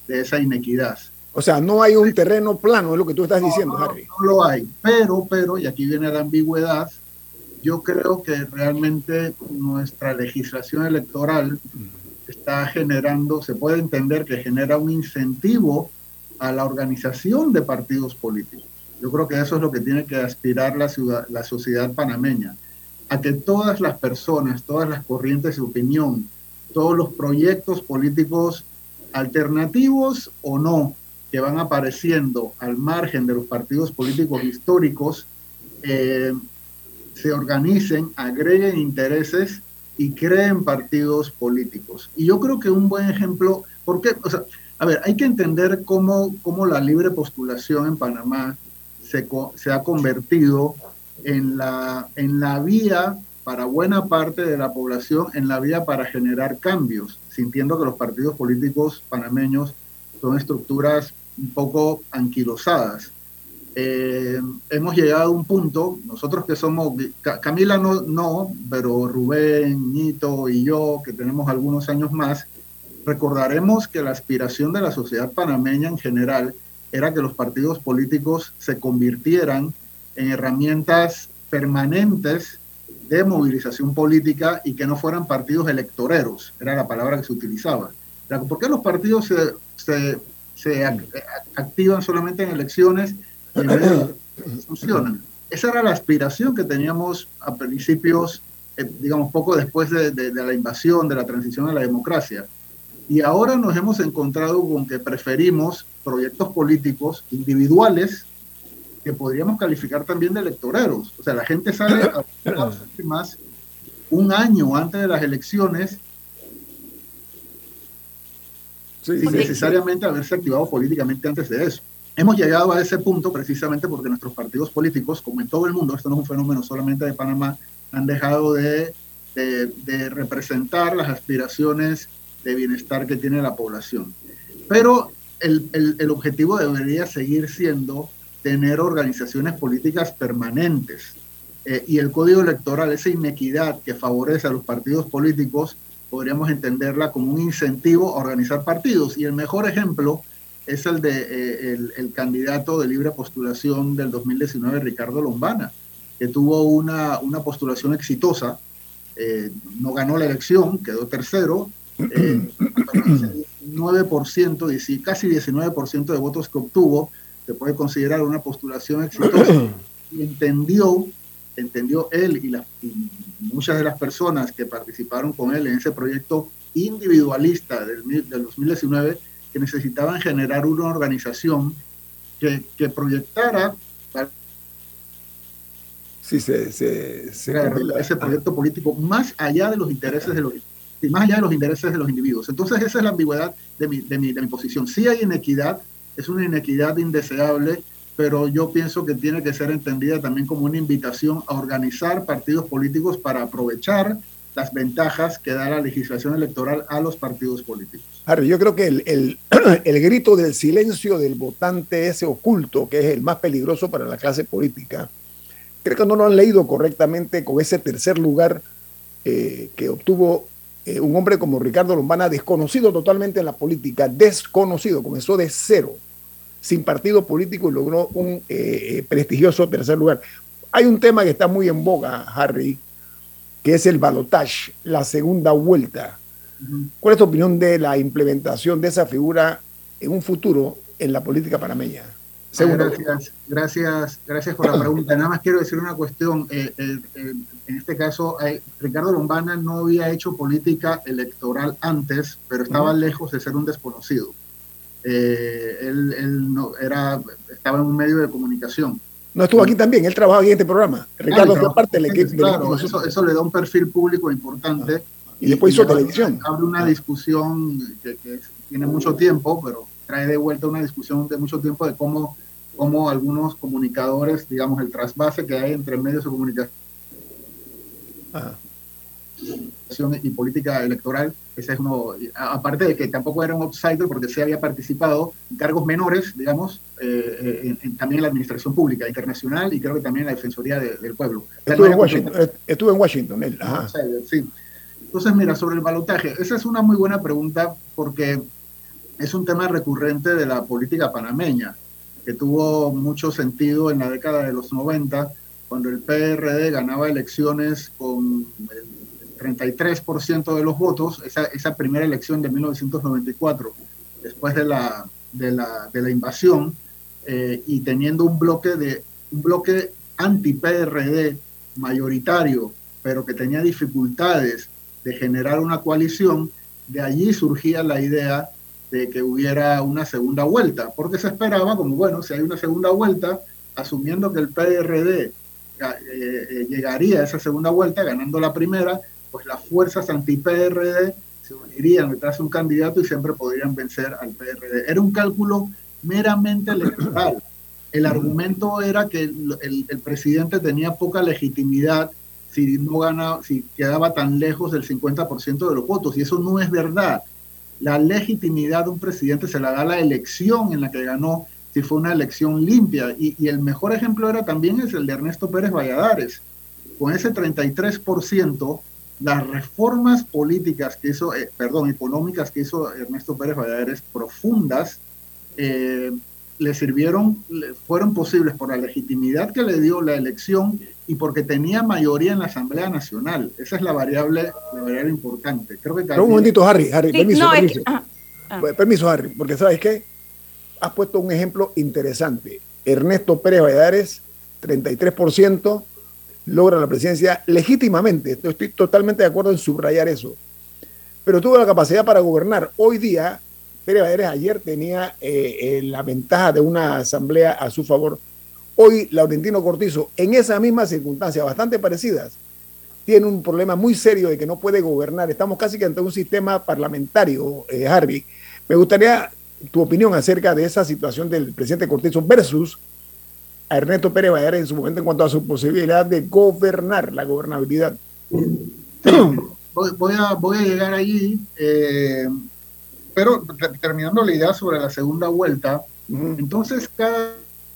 L: de esa inequidad.
C: O sea, no hay un terreno plano, es lo que tú estás diciendo,
L: no,
C: Harry.
L: No, no lo hay, pero, pero, y aquí viene la ambigüedad, yo creo que realmente nuestra legislación electoral está generando, se puede entender que genera un incentivo a la organización de partidos políticos. Yo creo que eso es lo que tiene que aspirar la, ciudad, la sociedad panameña, a que todas las personas, todas las corrientes de opinión, todos los proyectos políticos alternativos o no, que van apareciendo al margen de los partidos políticos históricos, eh, se organicen, agreguen intereses y creen partidos políticos. Y yo creo que un buen ejemplo, porque, o sea, a ver, hay que entender cómo, cómo la libre postulación en Panamá se, se ha convertido en la, en la vía para buena parte de la población, en la vía para generar cambios, sintiendo que los partidos políticos panameños son estructuras un poco anquilosadas. Eh, hemos llegado a un punto, nosotros que somos, Camila no, no, pero Rubén, Ñito y yo, que tenemos algunos años más, recordaremos que la aspiración de la sociedad panameña en general era que los partidos políticos se convirtieran en herramientas permanentes de movilización política y que no fueran partidos electoreros, era la palabra que se utilizaba. ¿Por qué los partidos se, se, se activan solamente en elecciones y en medio funcionan? Esa era la aspiración que teníamos a principios, eh, digamos, poco después de, de, de la invasión, de la transición a la democracia. Y ahora nos hemos encontrado con que preferimos proyectos políticos individuales que podríamos calificar también de electoreros. O sea, la gente sale a las últimas un año antes de las elecciones sí, sin sí, necesariamente sí. haberse activado políticamente antes de eso. Hemos llegado a ese punto precisamente porque nuestros partidos políticos, como en todo el mundo, esto no es un fenómeno solamente de Panamá, han dejado de, de, de representar las aspiraciones de bienestar que tiene la población. Pero el, el, el objetivo debería seguir siendo tener organizaciones políticas permanentes. Eh, y el código electoral, esa inequidad que favorece a los partidos políticos, podríamos entenderla como un incentivo a organizar partidos. Y el mejor ejemplo es el de eh, el, el candidato de libre postulación del dos mil diecinueve, Ricardo Lombana, que tuvo una, una postulación exitosa, eh, no ganó la elección, quedó tercero, eh, nueve por ciento, casi diecinueve por ciento de votos que obtuvo, se puede considerar una postulación exitosa, y entendió, entendió él y, la, y muchas de las personas que participaron con él en ese proyecto individualista del, del dos mil diecinueve, que necesitaban generar una organización que, que proyectara
C: sí, se, se, se
L: ese proyecto político más allá de los intereses de los y más allá de los intereses de los individuos. Entonces esa es la ambigüedad de mi, de mi, de mi posición. Sí hay inequidad, es una inequidad indeseable, pero yo pienso que tiene que ser entendida también como una invitación a organizar partidos políticos para aprovechar las ventajas que da la legislación electoral a los partidos políticos.
C: Harry, yo creo que el, el, el grito del silencio del votante ese oculto, que es el más peligroso para la clase política, creo que no lo han leído correctamente con ese tercer lugar eh, que obtuvo eh, un hombre como Ricardo Lombana, desconocido totalmente en la política, desconocido, comenzó de cero, sin partido político y logró un eh, prestigioso tercer lugar. Hay un tema que está muy en boga, Harry, que es el balotaje, la segunda vuelta. Uh-huh. ¿Cuál es tu opinión de la implementación de esa figura en un futuro en la política panameña?
L: Ah, gracias, gracias, gracias por la pregunta. Nada más quiero decir una cuestión. Eh, eh, eh, en este caso, eh, Ricardo Lombana no había hecho política electoral antes, pero estaba uh-huh. lejos de ser un desconocido. Eh, él él no, era, estaba en un medio de comunicación.
C: No estuvo aquí también, él trabajaba en este programa. Ricardo fue parte del equipo.
L: Claro, eso, eso le da un perfil público importante. Ah,
C: y, y después hizo televisión.
L: Abre una discusión que, que tiene mucho tiempo, pero trae de vuelta una discusión de mucho tiempo de cómo, cómo algunos comunicadores, digamos, el trasvase que hay entre medios de comunicación ah. y política electoral. Ese es uno, aparte de que tampoco era un outsider porque se había participado en cargos menores, digamos, eh, en, en, también en la administración pública internacional y creo que también en la Defensoría de, del Pueblo.
C: Estuvo en Washington, estuvo en Washington él. Ajá.
L: Sí. Entonces, mira, sobre el balotaje, esa es una muy buena pregunta porque es un tema recurrente de la política panameña, que tuvo mucho sentido en la década de los noventa, cuando el P R D ganaba elecciones con el treinta y tres por ciento de los votos, esa, esa primera elección de mil novecientos noventa y cuatro, después de la, de la, de la invasión, eh, y teniendo un bloque, de, un bloque anti-P R D mayoritario, pero que tenía dificultades de generar una coalición, de allí surgía la idea de que hubiera una segunda vuelta, porque se esperaba como, bueno, si hay una segunda vuelta, asumiendo que el P R D eh, eh, llegaría a esa segunda vuelta ganando la primera, pues las fuerzas anti-P R D se unirían detrás de un candidato y siempre podrían vencer al P R D. Era un cálculo meramente electoral. El argumento era que el, el, el presidente tenía poca legitimidad si no ganaba, si quedaba tan lejos del cincuenta por ciento de los votos, y eso no es verdad. La legitimidad de un presidente se la da la elección en la que ganó, si fue una elección limpia, y, y el mejor ejemplo era también es el de Ernesto Pérez Valladares. Con ese treinta y tres por ciento, las reformas políticas que hizo, eh, perdón, económicas que hizo Ernesto Pérez Valladares, profundas, eh, le sirvieron, le fueron posibles por la legitimidad que le dio la elección y porque tenía mayoría en la Asamblea Nacional. Esa es la variable, la variable importante. Creo que
C: Pero un momentito, Harry, Harry,
D: Sí,
C: permiso,
D: no, es
C: permiso.
D: que- ah, ah.
C: Permiso, Harry, porque ¿sabes qué? Has puesto un ejemplo interesante. Ernesto Pérez Valladares, treinta y tres por ciento, logra la presidencia legítimamente. Estoy totalmente de acuerdo en subrayar eso. Pero tuvo la capacidad para gobernar. Hoy día, Pérez Valladares ayer tenía eh, eh, la ventaja de una asamblea a su favor. Hoy, Laurentino Cortizo, en esas mismas circunstancias, bastante parecidas, tiene un problema muy serio de que no puede gobernar. Estamos casi que ante un sistema parlamentario, eh, Harvey. Me gustaría tu opinión acerca de esa situación del presidente Cortizo versus a Ernesto Pérez Valladares en su momento en cuanto a su posibilidad de gobernar, la gobernabilidad.
L: Voy, voy, a, voy a llegar allí, eh, pero te- terminando la idea sobre la segunda vuelta,
C: Uh-huh.
L: entonces cada,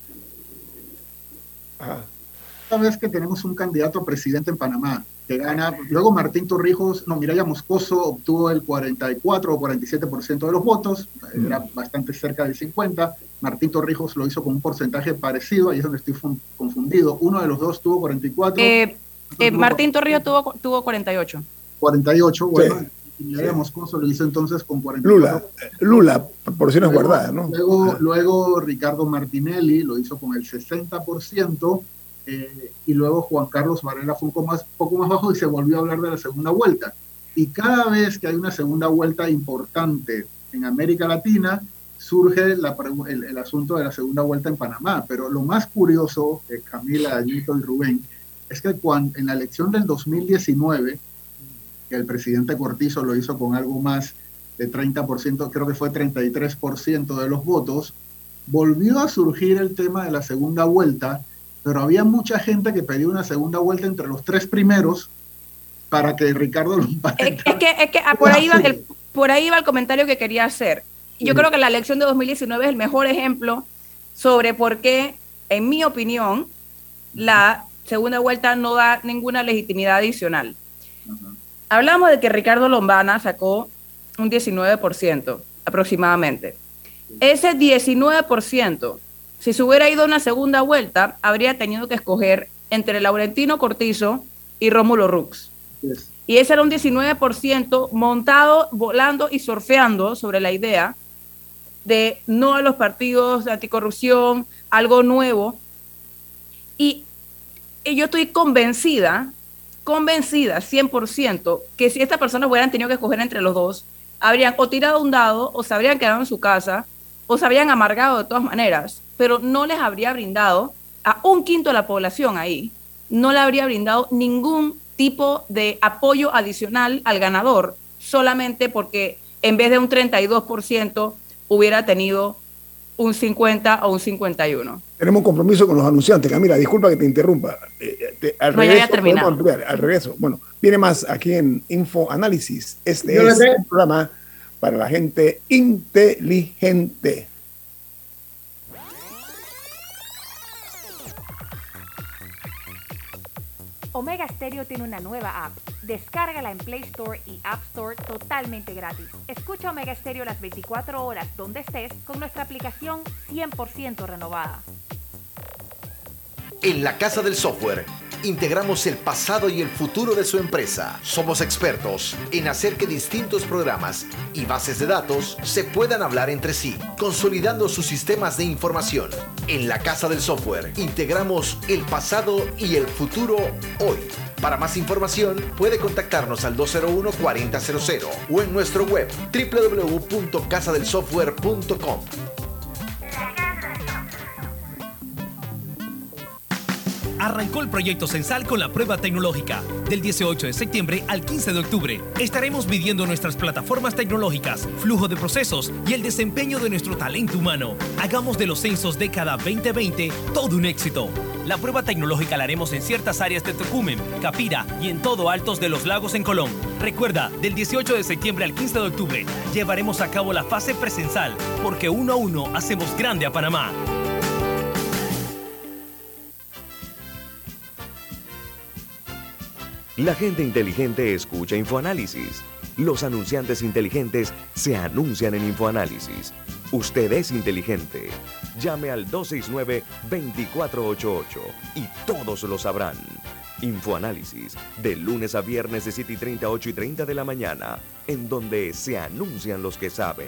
C: Ajá.
L: cada vez que tenemos un candidato a presidente en Panamá que gana, luego Martín Torrijos, no, Mireya Moscoso obtuvo el cuarenta y cuatro o cuarenta y siete por ciento de los votos, era bastante cerca del cincuenta. Martín Torrijos lo hizo con un porcentaje parecido, ahí es donde estoy fun- confundido. Uno de los dos tuvo cuarenta y cuatro,
D: Eh,
L: otro
D: eh,
L: tuvo
D: Martín Torrijos tuvo, tuvo cuarenta y ocho.
L: cuarenta y ocho, bueno,
C: Sí.
L: y Mireya Moscoso lo hizo entonces con cuarenta y cuatro.
C: Lula, Lula, proporciones
L: Luego-
C: guardadas, ¿no?
L: Luego, luego Ricardo Martinelli lo hizo con el sesenta por ciento, eh, y luego Juan Carlos Varela fue un poco más, poco más bajo y se volvió a hablar de la segunda vuelta. Y cada vez que hay una segunda vuelta importante en América Latina, surge la pregu- el, el asunto de la segunda vuelta en Panamá. Pero lo más curioso, eh, Camila, Añito y Rubén, es que cuando, en la elección del dos mil diecinueve, que el presidente Cortizo lo hizo con algo más de treinta por ciento, creo que fue treinta y tres por ciento de los votos, volvió a surgir el tema de la segunda vuelta, pero había mucha gente que pedía una segunda vuelta entre los tres primeros para que Ricardo lo
D: Es,
L: emparentara.
D: es que, es que ah, por, ahí va el, por ahí va el comentario que quería hacer. Yo
L: Sí.
D: creo que la elección de dos mil diecinueve es el mejor ejemplo sobre por qué, en mi opinión, la segunda vuelta no da ninguna legitimidad adicional.
L: Ajá.
D: Hablamos de que Ricardo Lombana sacó un diecinueve por ciento aproximadamente. Ese diecinueve por ciento, si se hubiera ido a una segunda vuelta, habría tenido que escoger entre Laurentino Cortizo y Rómulo Rux.
L: Yes.
D: Y ese era un diecinueve por ciento montado, volando y surfeando sobre la idea de no a los partidos de anticorrupción, algo nuevo. Y, y yo estoy convencida, convencida cien por ciento, que si estas personas hubieran tenido que escoger entre los dos, habrían o tirado un dado, o se habrían quedado en su casa, o se habrían amargado de todas maneras, pero no les habría brindado a un quinto de la población ahí, no le habría brindado ningún tipo de apoyo adicional al ganador, solamente porque en vez de un treinta y dos por ciento hubiera tenido un cincuenta o un cincuenta y uno.
C: Tenemos un compromiso con los anunciantes. Camila, disculpa que te interrumpa. Eh, te- al
D: No, ya
C: regreso
D: había terminado.
C: podemos ampliar, al regreso. Bueno, viene más aquí en Info Análisis. Este
L: Yo
C: es
L: le tengo-
C: un programa para la gente inteligente.
F: Omega Stereo tiene una nueva app. Descárgala en Play Store y App Store totalmente gratis. Escucha Omega Stereo las veinticuatro horas donde estés con nuestra aplicación cien por ciento renovada.
M: En la Casa del Software integramos el pasado y el futuro de su empresa. Somos expertos en hacer que distintos programas y bases de datos se puedan hablar entre sí, consolidando sus sistemas de información. En la Casa del Software integramos el pasado y el futuro hoy. Para más información puede contactarnos al dos cero uno, cuarenta cero cero o en nuestro web doble u doble u doble u punto casa del software punto com.
N: Arrancó el proyecto Censal con la prueba tecnológica. Del dieciocho de septiembre al quince de octubre estaremos midiendo nuestras plataformas tecnológicas, flujo de procesos y el desempeño de nuestro talento humano. Hagamos de los censos década veinte veinte todo un éxito. La prueba tecnológica la haremos en ciertas áreas de Tocumen, Capira y en todo Altos de los Lagos en Colón. Recuerda, del dieciocho de septiembre al quince de octubre llevaremos a cabo la fase presensal, porque uno a uno hacemos grande a Panamá.
B: La gente inteligente escucha InfoAnálisis. Los anunciantes inteligentes se anuncian en InfoAnálisis. Usted es inteligente. Llame al dos seis nueve, dos cuatro ocho ocho y todos lo sabrán. InfoAnálisis, de lunes a viernes de siete y treinta a ocho y treinta de la mañana, en donde se anuncian los que saben.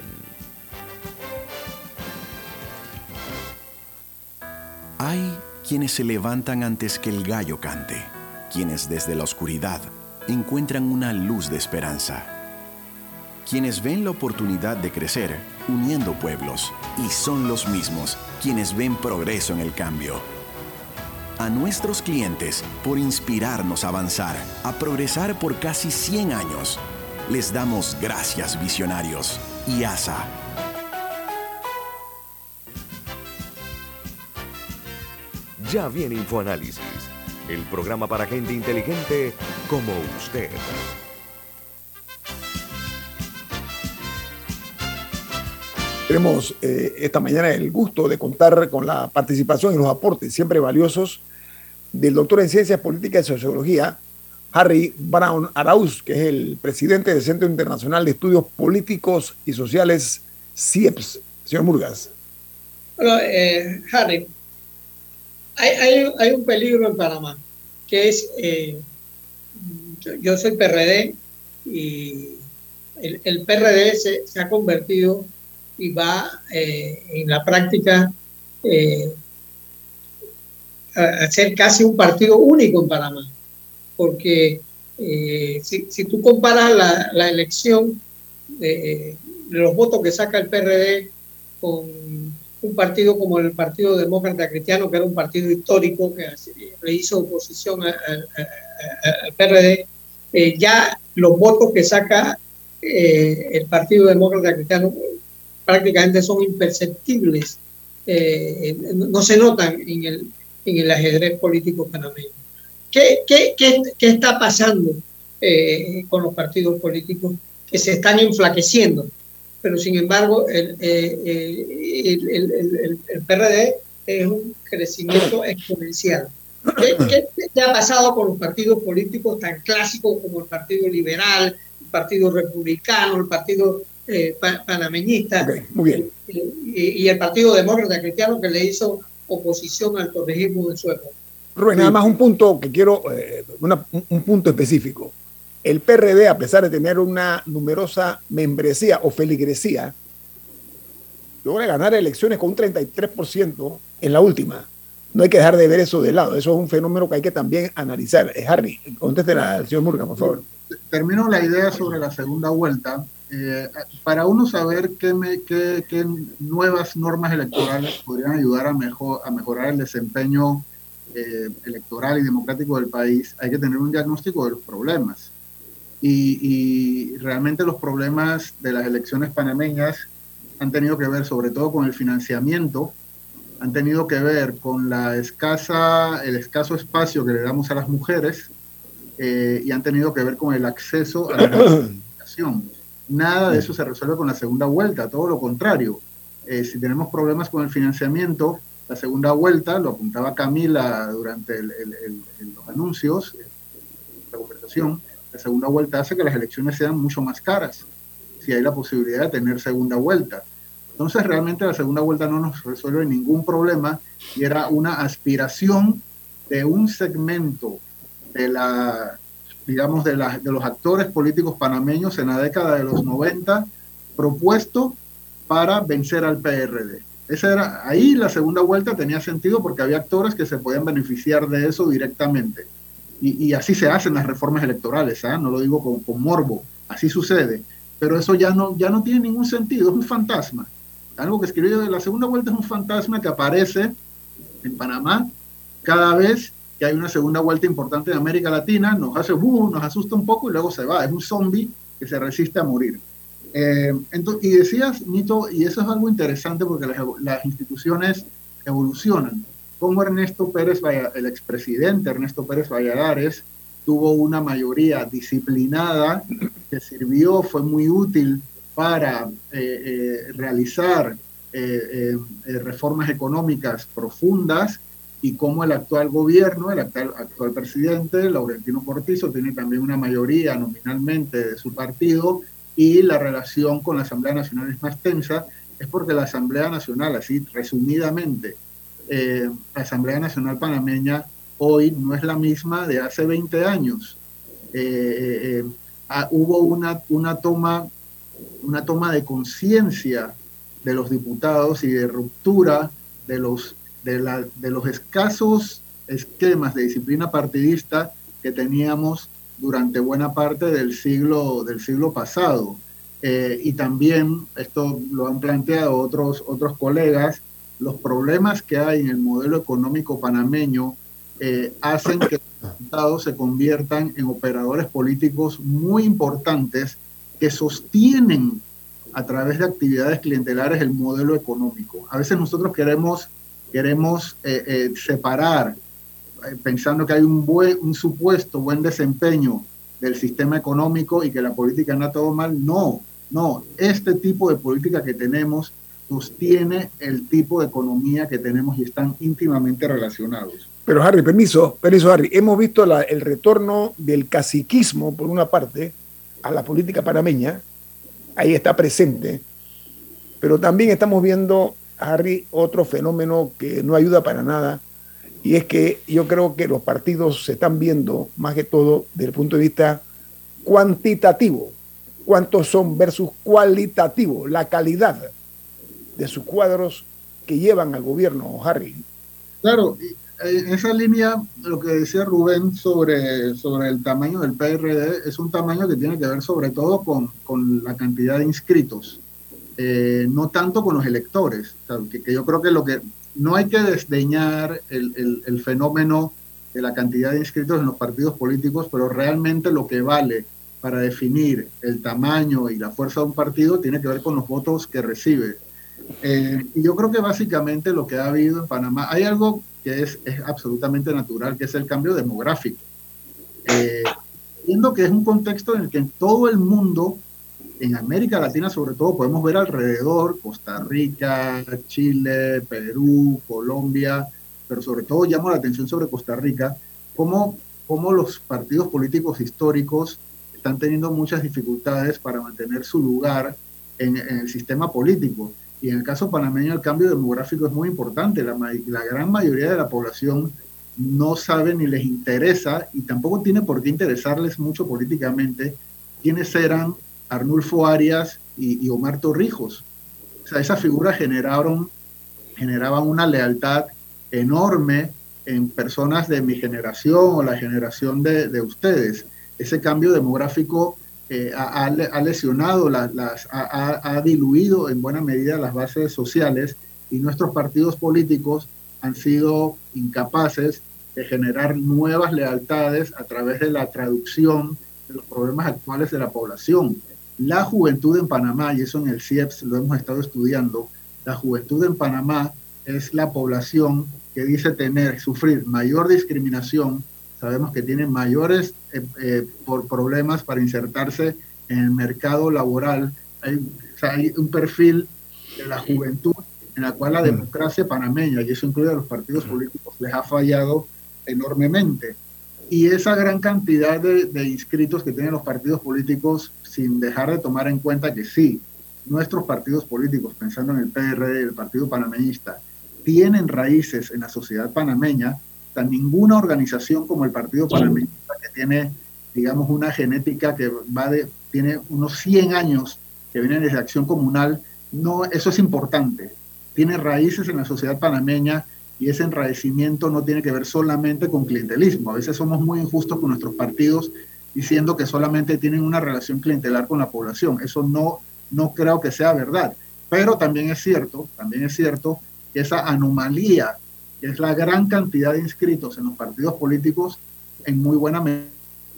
I: Hay quienes se levantan antes que el gallo cante, quienes desde la oscuridad encuentran una luz de esperanza, quienes ven la oportunidad de crecer uniendo pueblos, y son los mismos quienes ven progreso en el cambio. A nuestros clientes, por inspirarnos a avanzar, a progresar por casi cien años, les damos gracias, visionarios. I A S A.
B: Ya viene InfoAnálisis, el programa para gente inteligente como usted.
C: Tenemos eh, esta mañana el gusto de contar con la participación y los aportes siempre valiosos del doctor en Ciencias Políticas y Sociología, Harry Brown Arauz, que es el presidente del Centro Internacional de Estudios Políticos y Sociales, C I E P S. Señor Murgas.
O: Bueno, eh, Harry, hay, hay, hay un peligro en Panamá, que es, eh, yo, yo soy P R D y el, el P R D se, se ha convertido y va eh, en la práctica eh, a, a ser casi un partido único en Panamá, porque eh, si, si tú comparas la, la elección de, de los votos que saca el P R D con un partido como el Partido Demócrata Cristiano, que era un partido histórico que le hizo oposición al P R D, eh, ya los votos que saca eh, el Partido Demócrata Cristiano prácticamente son imperceptibles, eh, no se notan en el, en el ajedrez político panameño. ¿Qué, qué, qué, qué está pasando eh, con los partidos políticos que se están enflaqueciendo? Pero sin embargo el, eh, el, el, el, el P R D es un crecimiento exponencial. ¿Qué, qué, qué ha pasado con los partidos políticos tan clásicos como el Partido Liberal, el Partido Republicano, el Partido eh, panameñista, okay,
C: muy bien.
O: Eh, y, y el Partido Demócrata Cristiano, que le hizo oposición al torrijismo de su época?
C: Rubén, sí. Nada más un punto que quiero, eh, una, un punto específico. El P R D, a pesar de tener una numerosa membresía o feligresía, logra ganar elecciones con un treinta y tres por ciento en la última. No hay que dejar de ver eso de lado. Eso es un fenómeno que hay que también analizar. Eh, Harry, contéstela al señor Murga, por favor.
L: Termino la idea sobre la segunda vuelta. Eh, para uno saber qué, me, qué, qué nuevas normas electorales podrían ayudar a, mejor, a mejorar el desempeño eh, electoral y democrático del país, hay que tener un diagnóstico de los problemas. Y, y realmente los problemas de las elecciones panameñas han tenido que ver sobre todo con el financiamiento, han tenido que ver con la escasa, el escaso espacio que le damos a las mujeres eh, y han tenido que ver con el acceso a la educación. Nada de eso se resuelve con la segunda vuelta, todo lo contrario. Eh, si tenemos problemas con el financiamiento, la segunda vuelta, lo apuntaba Camila durante el, el, el, el, los anuncios, inflación, la segunda vuelta hace que las elecciones sean mucho más caras, si hay la posibilidad de tener segunda vuelta. Entonces realmente la segunda vuelta no nos resuelve ningún problema y era una aspiración de un segmento de la, digamos, de, la, de los actores políticos panameños en la década de los noventa, propuesto para vencer al P R D. Esa era, ahí la segunda vuelta tenía sentido porque había actores que se podían beneficiar de eso directamente. Y, y así se hacen las reformas electorales, ¿eh? No lo digo con, con morbo, así sucede. Pero eso ya no, ya no tiene ningún sentido, es un fantasma. Algo que escribió de la segunda vuelta es un fantasma que aparece en Panamá cada vez que hay una segunda vuelta importante en América Latina, nos hace, uh, nos asusta un poco y luego se va. Es un zombie que se resiste a morir. Eh, entonces, y decías, Nito, y eso es algo interesante porque las, las instituciones evolucionan. Como Ernesto Pérez, el expresidente Ernesto Pérez Valladares, tuvo una mayoría disciplinada que sirvió, fue muy útil para eh, eh, realizar eh, eh, reformas económicas profundas, y como el actual gobierno, el actual, actual presidente, Laurentino Cortizo, tiene también una mayoría nominalmente de su partido, y la relación con la Asamblea Nacional es más tensa, es porque la Asamblea Nacional, así resumidamente, eh, la Asamblea Nacional panameña hoy no es la misma de hace veinte años. Eh, eh, ah, hubo una, una, toma, una toma de conciencia de los diputados y de ruptura de los, de, la, de los escasos esquemas de disciplina partidista que teníamos durante buena parte del siglo, del siglo pasado. Eh, y también, esto lo han planteado otros, otros colegas, los problemas que hay en el modelo económico panameño eh, hacen que los estados se conviertan en operadores políticos muy importantes que sostienen a través de actividades clientelares el modelo económico. A veces nosotros queremos, queremos eh, eh, separar, pensando que hay un, buen, un supuesto buen desempeño del sistema económico y que la política anda todo mal. No, no. Este tipo de política que tenemos sostiene el tipo de economía que tenemos y están íntimamente relacionados.
C: Pero Harry, permiso, permiso Harry, hemos visto la, el retorno del caciquismo, por una parte, a la política panameña, ahí está presente, pero también estamos viendo, Harry, otro fenómeno que no ayuda para nada, y es que yo creo que los partidos se están viendo, más que todo, desde el punto de vista cuantitativo, cuántos son versus cualitativo, la calidad de sus cuadros que llevan al gobierno, Harry.
L: Claro, en esa línea, lo que decía Rubén sobre, sobre el tamaño del P R D es un tamaño que tiene que ver sobre todo con, con la cantidad de inscritos, eh, no tanto con los electores. O sea, que, que yo creo que lo que no hay que desdeñar el, el, el fenómeno de la cantidad de inscritos en los partidos políticos, pero realmente lo que vale para definir el tamaño y la fuerza de un partido tiene que ver con los votos que recibe. Eh, y yo creo que básicamente lo que ha habido en Panamá, hay algo que es, es absolutamente natural, que es el cambio demográfico. Eh, viendo que es un contexto en el que en todo el mundo, en América Latina sobre todo, podemos ver alrededor, Costa Rica, Chile, Perú, Colombia, pero sobre todo llamo la atención sobre Costa Rica, cómo, cómo los partidos políticos históricos están teniendo muchas dificultades para mantener su lugar en, en el sistema político. Y en el caso panameño el cambio demográfico es muy importante. La, la gran mayoría de la población no sabe ni les interesa, y tampoco tiene por qué interesarles mucho políticamente, quiénes eran Arnulfo Arias y, y Omar Torrijos. O sea, esas figuras generaron, generaban una lealtad enorme en personas de mi generación o la generación de, de ustedes. Ese cambio demográfico Eh, ha, ha lesionado, las, las, ha, ha diluido en buena medida las bases sociales, y nuestros partidos políticos han sido incapaces de generar nuevas lealtades a través de la traducción de los problemas actuales de la población. La juventud en Panamá, y eso en el C I E P S lo hemos estado estudiando, la juventud en Panamá es la población que dice tener, sufrir mayor discriminación. Sabemos que tienen mayores eh, eh, por problemas para insertarse en el mercado laboral. Hay, o sea, hay un perfil de la juventud en la cual la democracia panameña, y eso incluye a los partidos políticos, les ha fallado enormemente. Y esa gran cantidad de, de inscritos que tienen los partidos políticos, sin dejar de tomar en cuenta que sí, nuestros partidos políticos, pensando en el P R D, el Partido Panameñista, tienen raíces en la sociedad panameña. Tan ninguna organización como el Partido Panameñista, que tiene, digamos, una genética que va de, tiene unos cien años, que viene desde Acción Comunal, no, eso es importante. Tiene raíces en la sociedad panameña, y ese enraizamiento no tiene que ver solamente con clientelismo. A veces somos muy injustos con nuestros partidos diciendo que solamente tienen una relación clientelar con la población. Eso no, no creo que sea verdad. Pero también es cierto, también es cierto que esa anomalía, que es la gran cantidad de inscritos en los partidos políticos, en muy buena medida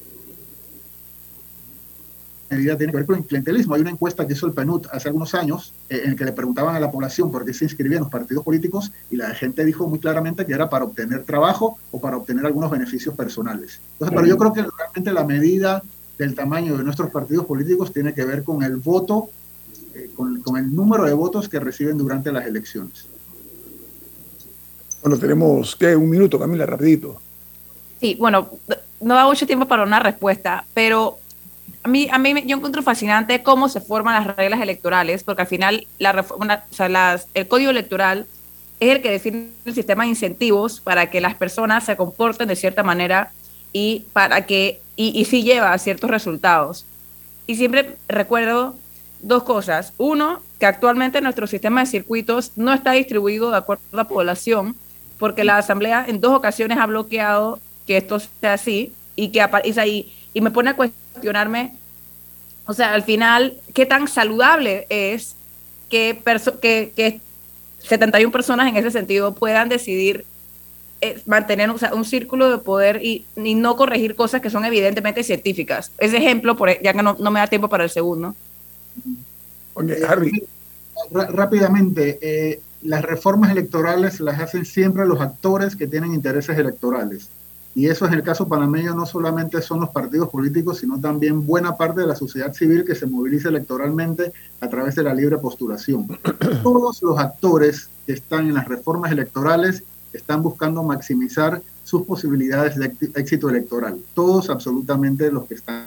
L: medida tiene que ver con el clientelismo. Hay una encuesta que hizo el P N U D hace algunos años eh, en el que le preguntaban a la población por qué se inscribía en los partidos políticos, y la gente dijo muy claramente que era para obtener trabajo o para obtener algunos beneficios personales. Entonces, pero yo creo que realmente la medida del tamaño de nuestros partidos políticos tiene que ver con el voto, eh, con, con el número de votos que reciben durante las elecciones.
C: Bueno, tenemos ¿qué? un minuto, Camila, rapidito.
D: Sí, bueno, no da mucho tiempo para una respuesta, pero A mí, a mí yo encuentro fascinante cómo se forman las reglas electorales, porque al final la reforma, o sea, las, el código electoral es el que define el sistema de incentivos para que las personas se comporten de cierta manera y para que y, y sí lleva a ciertos resultados. Y siempre recuerdo dos cosas. Uno, que actualmente nuestro sistema de circuitos no está distribuido de acuerdo a la población, porque la Asamblea en dos ocasiones ha bloqueado que esto sea así, y que y, y, y me pone a cuestionarme, o sea, al final, qué tan saludable es que, que, que setenta y una personas en ese sentido puedan decidir eh, mantener, o sea, un círculo de poder y, y no corregir cosas que son evidentemente científicas. Ese ejemplo, por, ya que no, no me da tiempo para el segundo.
L: Oye, Harry. Rápidamente, eh, las reformas electorales las hacen siempre los actores que tienen intereses electorales. Y eso en el caso panameño no solamente son los partidos políticos, sino también buena parte de la sociedad civil que se moviliza electoralmente a través de la libre postulación. Todos los actores que están en las reformas electorales están buscando maximizar sus posibilidades de éxito electoral. Todos, absolutamente, los que están.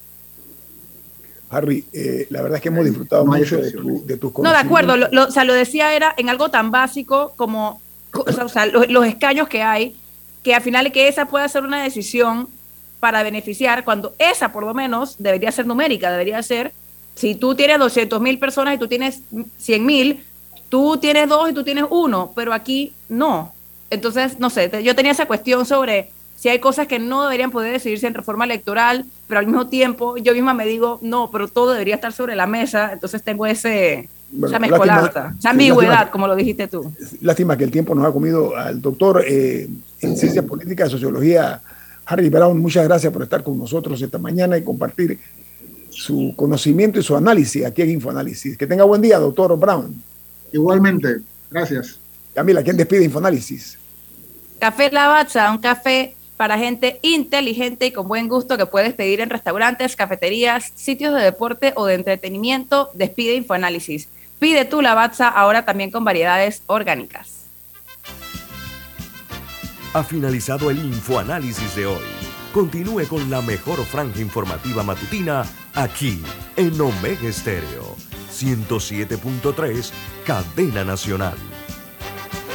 C: Harry, eh, la verdad es que hemos disfrutado no mucho de, tu, de tus conocimientos.
D: No, de acuerdo. Lo, lo, o sea, lo decía era en algo tan básico como o sea, o sea, los, los escaños que hay, que al final que esa pueda ser una decisión para beneficiar, cuando esa por lo menos debería ser numérica, debería ser, si tú tienes doscientas mil personas y tú tienes cien mil, tú tienes dos y tú tienes uno, pero aquí no. Entonces, no sé, yo tenía esa cuestión sobre si hay cosas que no deberían poder decidirse en reforma electoral, pero al mismo tiempo yo misma me digo, no, pero todo debería estar sobre la mesa, entonces tengo ese... Bueno, esa mezcolanza, esa ambigüedad, lástima, como lo dijiste tú.
C: Lástima que el tiempo nos ha comido al doctor eh, en Ciencias Políticas y Sociología, Harry Brown. Muchas gracias por estar con nosotros esta mañana y compartir su conocimiento y su análisis aquí en Infoanálisis. Que tenga buen día, doctor Brown.
L: Igualmente, gracias.
C: Camila, ¿quién despide Infoanálisis?
D: Café Lavazza, un café para gente inteligente y con buen gusto que puedes pedir en restaurantes, cafeterías, sitios de deporte o de entretenimiento. Despide Infoanálisis. Pide tu Lavazza ahora también con variedades orgánicas.
B: Ha finalizado el Infoanálisis de hoy. Continúe con la mejor franja informativa matutina aquí en Omega Estéreo ciento siete punto tres, Cadena Nacional.